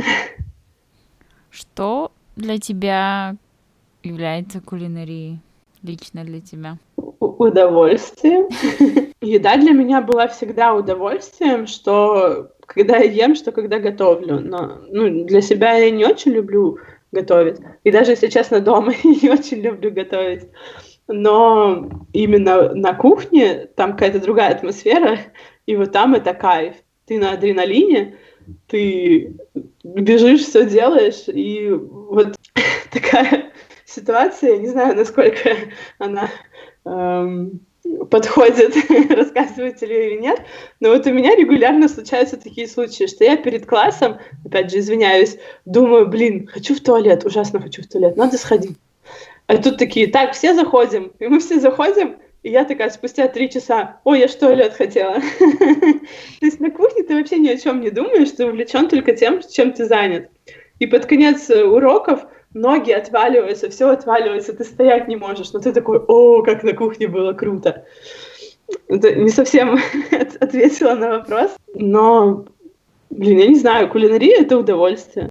Что для тебя является кулинарией? Лично для тебя? У- удовольствие. Еда для меня была всегда удовольствием, что когда я ем, что когда готовлю. Но ну, для себя я не очень люблю готовить. И даже, если честно, дома я не очень люблю готовить. Но именно на кухне там какая-то другая атмосфера, и вот там это кайф. Ты на адреналине, ты бежишь, все делаешь, и вот такая ситуация, я не знаю, насколько она эм, подходит рассказывателю или нет, но вот у меня регулярно случаются такие случаи, что я перед классом, опять же, извиняюсь, думаю, блин, хочу в туалет, ужасно хочу в туалет, надо сходить. А тут такие, так, все заходим, и мы все заходим, и я такая спустя три часа, ой, я в туалет хотела. То есть на кухне ты вообще ни о чем не думаешь, ты увлечен только тем, чем ты занят. И под конец уроков ноги отваливаются, все отваливается, ты стоять не можешь, но ты такой, о, как на кухне было круто. Это не совсем ответила на вопрос, но, блин, я не знаю, кулинария — это удовольствие.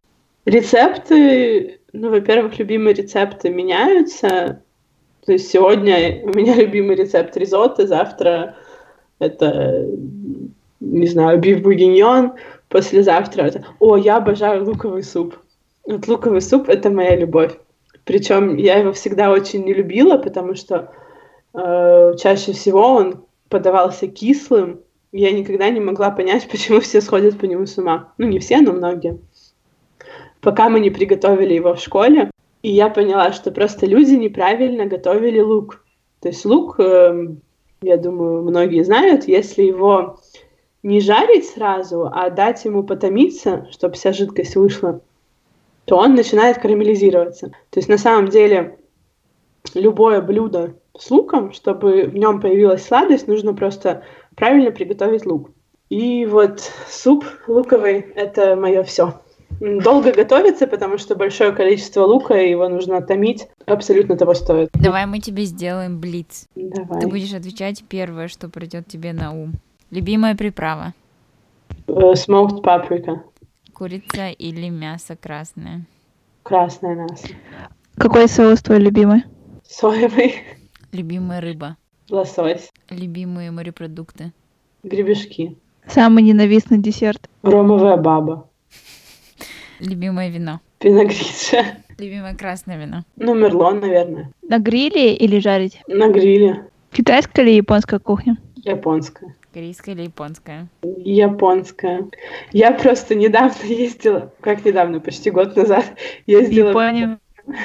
Рецепты, ну, во-первых, любимые рецепты меняются. То есть сегодня у меня любимый рецепт ризотто, завтра это, не знаю, биф бургиньон, послезавтра это... О, я обожаю луковый суп. Вот луковый суп — это моя любовь. Причем я его всегда очень не любила, потому что э, чаще всего он подавался кислым. Я никогда не могла понять, почему все сходят по нему с ума. Ну, не все, но многие. Пока мы не приготовили его в школе, и я поняла, что просто люди неправильно готовили лук. То есть лук, э, я думаю, многие знают, если его не жарить сразу, а дать ему потомиться, чтобы вся жидкость вышла, то он начинает карамелизироваться. То есть на самом деле любое блюдо с луком, чтобы в нем появилась сладость, нужно просто правильно приготовить лук. И вот суп луковый — это мое все. Долго готовится, потому что большое количество лука, его нужно томить. Абсолютно того стоит. Давай мы тебе сделаем блиц. Давай. Ты будешь отвечать первое, что придет тебе на ум. Любимая приправа? Uh, smoked paprika. Курица или мясо красное? Красное мясо. Какой соус твой любимый? Соевый. Любимая рыба? Лосось. Любимые морепродукты? Гребешки. Самый ненавистный десерт? Ромовая баба. Любимое вино? Пиногриджа. Любимое красное вино? Ну, мерлон, наверное. На гриле или жарить? На гриле. Китайская или японская кухня? Японская. Корейское или японское? Японская. Я просто недавно ездила, как недавно, почти год назад, ездила... Япония.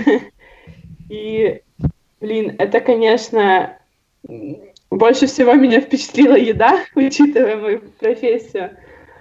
И, блин, это, конечно, больше всего меня впечатлила еда, учитывая мою профессию.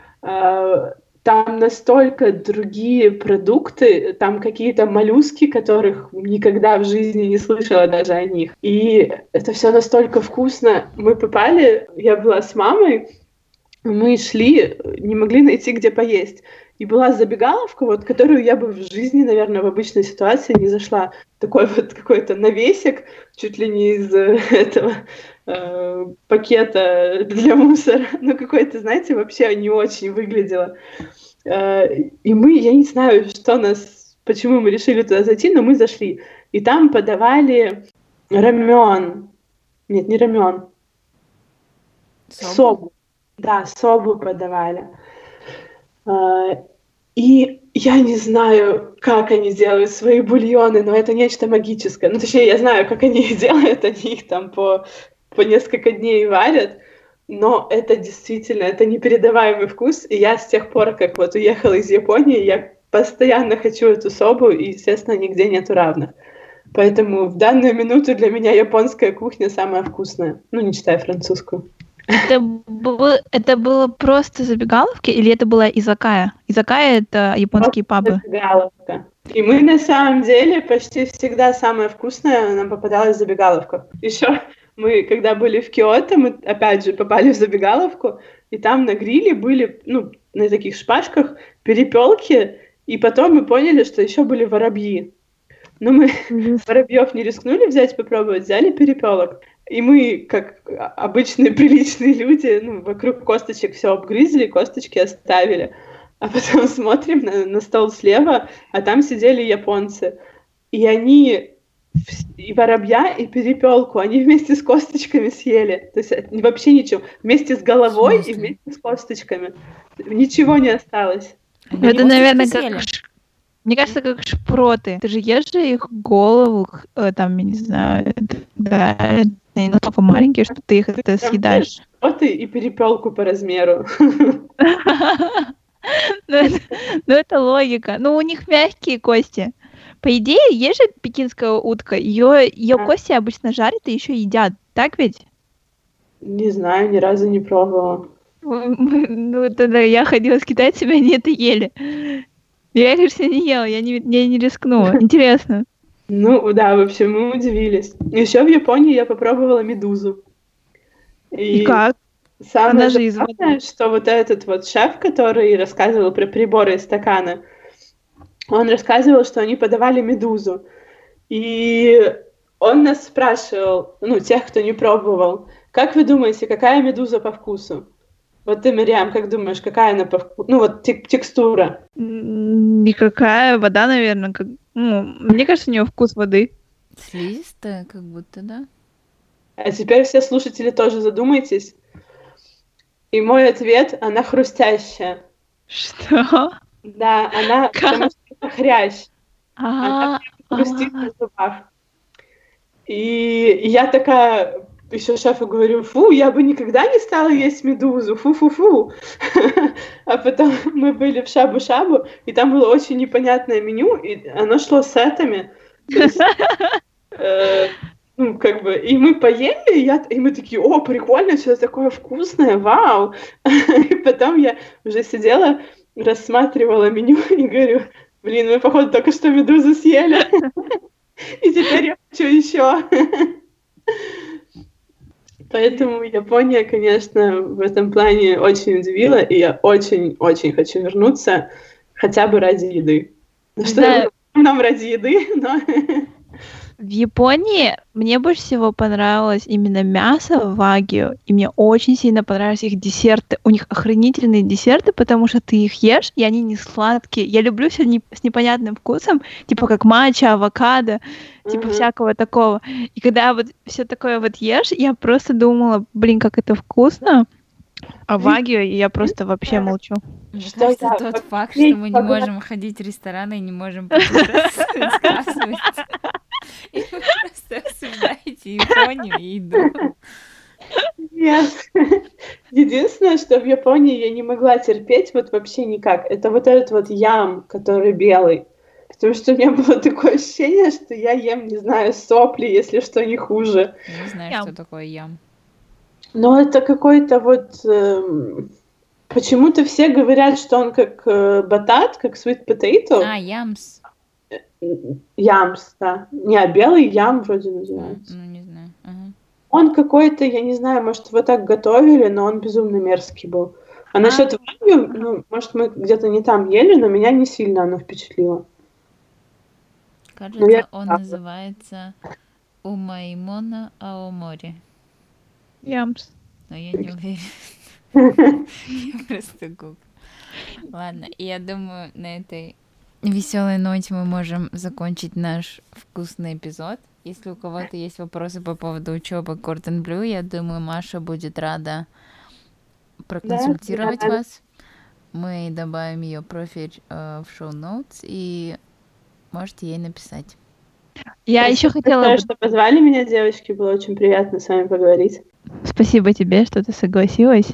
Там настолько другие продукты, там какие-то моллюски, которых никогда в жизни не слышала даже о них. И это все настолько вкусно. Мы попали, я была с мамой, мы шли, не могли найти, где поесть. И была забегаловка, вот, которую я бы в жизни, наверное, в обычной ситуации не зашла. Такой вот какой-то навесик, чуть ли не из этого э, пакета для мусора. Ну, какой-то, знаете, вообще не очень выглядело. Э, и мы, я не знаю, что нас, почему мы решили туда зайти, но мы зашли. И там подавали рамен. Нет, не рамен. Собу? Собу. Да, собу подавали. И я не знаю, как они делают свои бульоны, но это нечто магическое. Ну, точнее, я знаю, как они их делают, они их там по, по несколько дней варят, но это действительно, это непередаваемый вкус. И я с тех пор, как вот уехала из Японии, я постоянно хочу эту собу, и, естественно, нигде нету равных. Поэтому в данную минуту для меня японская кухня самая вкусная, ну, не считая французскую. Это было, это было просто забегаловки или это была изакая? Изакая — это японские пабы. Забегаловка. И мы на самом деле почти всегда самое вкусное нам попадалось в забегаловках. Еще мы, когда были в Киото, мы опять же попали в забегаловку, и там на гриле были, ну, на таких шпажках перепелки, и потом мы поняли, что еще были воробьи. Но мы воробьев не рискнули взять попробовать, взяли перепелок. И мы, как обычные приличные люди, ну, вокруг косточек все обгрызли, косточки оставили. А потом смотрим на, на стол слева, а там сидели японцы. И они и воробья, и перепелку, они вместе с косточками съели. То есть вообще ничего. Вместе с головой и вместе с косточками. Ничего не осталось. Они это, наверное, как... Мне кажется, как шпроты. Ты же ешь же их голову, там, я не знаю, да, они настолько маленькие, что ты их это съедаешь. Шпроты и перепелку по размеру. Ну, это логика. Ну, у них мягкие кости. По идее, есть же пекинская утка. Ее ее кости обычно жарят и еще едят. Так ведь? Не знаю, ни разу не пробовала. Ну, тогда я ходила с китайцами, они это ели. Я, конечно, не ела, я не, я не рискнула. Интересно. Ну, да, в общем, мы удивились. Еще в Японии я попробовала медузу. И, и как? Самое забавное, что вот этот вот шеф, который рассказывал про приборы и стаканы, он рассказывал, что они подавали медузу. И он нас спрашивал, ну, тех, кто не пробовал, как вы думаете, какая медуза по вкусу? Вот ты, Мариам, как думаешь, какая она по вкусу? Ну, вот тек- текстура. Никакая вода, наверное. Как... Ну, мне кажется, у нее вкус воды. Слизистая, как будто, да? А теперь все слушатели тоже задумайтесь. И мой ответ, она хрустящая. Что? Да, она, потому что это хрящ. Она А, хрустит а, на зубах. И я такая еще шефу говорю, фу, я бы никогда не стала есть медузу, фу-фу-фу. А потом мы были в Шабу-Шабу, и там было очень непонятное меню, и оно шло сетами. То есть, э, ну, как бы, и мы поели, и, я, и мы такие, о, прикольно, что такое вкусное, вау. И потом я уже сидела, рассматривала меню и говорю, блин, мы, походу, только что медузу съели. И теперь я хочу еще. Поэтому Япония, конечно, в этом плане очень удивила, и я очень-очень хочу вернуться хотя бы ради еды. Ну что, Да. нам ради еды, но... В Японии мне больше всего понравилось именно мясо вагю, и мне очень сильно понравились их десерты. У них охренительные десерты, потому что ты их ешь, и они не сладкие. Я люблю все не, с непонятным вкусом, типа как матча, авокадо, типа Мгм. всякого такого. И когда вот все такое вот ешь, я просто думала, блин, как это вкусно. А вагю я просто вообще молчу. Мне Что кажется, я тот вообще факт, что мы не никогда- можем ходить в рестораны и не можем путешествовать, сказывается. И вы просто обсуждаете Японию и еду. Нет. Единственное, что в Японии я не могла терпеть вот вообще никак, это вот этот вот ям, который белый. Потому что у меня было такое ощущение, что я ем, не знаю, сопли, если что, не хуже. Я не знаю, Ям. что такое ям. Но это какой-то вот... эм, почему-то все говорят, что он как э, батат, как sweet potato. А, ямс. М, Ямс, да. Не, а белый ям вроде А, называется. Ну, не знаю. Ага. Он какой-то, я не знаю, может, его так готовили, но он безумно мерзкий был. А насчет вагю, ну, может, мы где-то не там ели, но меня не сильно оно впечатлило. Кажется, Ну, я- он называется Умаймона Аомори. Ямс. Но я не уверена. Я просто гуглю. Ладно, и я думаю, на этой веселой ноте мы можем закончить наш вкусный эпизод. Если у кого-то есть вопросы по поводу учебы Gordon Blue, я думаю, Маша будет рада проконсультировать да. вас. Мы добавим ее профиль э, в шоу-ноутс, и можете ей написать. Я еще хотела Большое, бы... что позвали меня, девочки, было очень приятно с вами поговорить. Спасибо тебе, что ты согласилась.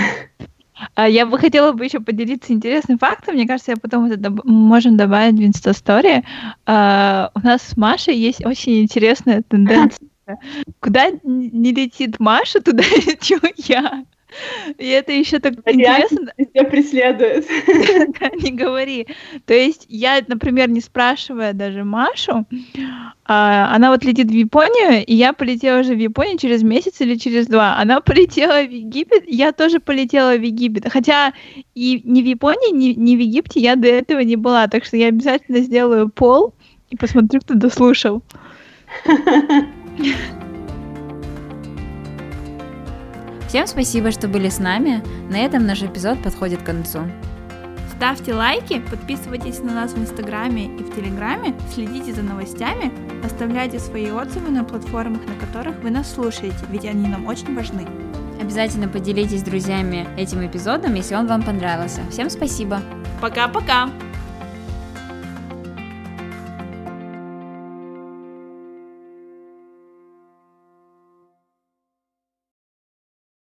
А я бы хотела бы еще поделиться интересным фактом. Мне кажется, я потом это доб- можем добавить в Инстастори. А, у нас с Машей есть очень интересная тенденция. Куда н- не летит Маша, туда лечу я. И это еще так интересно. Меня преследует. Да, не говори. То есть я, например, не спрашивая даже Машу, а, она вот летит в Японию, и я полетела уже в Японию через месяц или через два. Она полетела в Египет, я тоже полетела в Египет. Хотя и ни в Японии, ни, ни в Египте я до этого не была. Так что я обязательно сделаю пол и посмотрю, кто дослушал. Всем спасибо, что были с нами. На этом наш эпизод подходит к концу. Ставьте лайки, подписывайтесь на нас в Инстаграме и в Телеграме, следите за новостями, оставляйте свои отзывы на платформах, на которых вы нас слушаете, ведь они нам очень важны. Обязательно поделитесь с друзьями этим эпизодом, если он вам понравился. Всем спасибо! Пока-пока!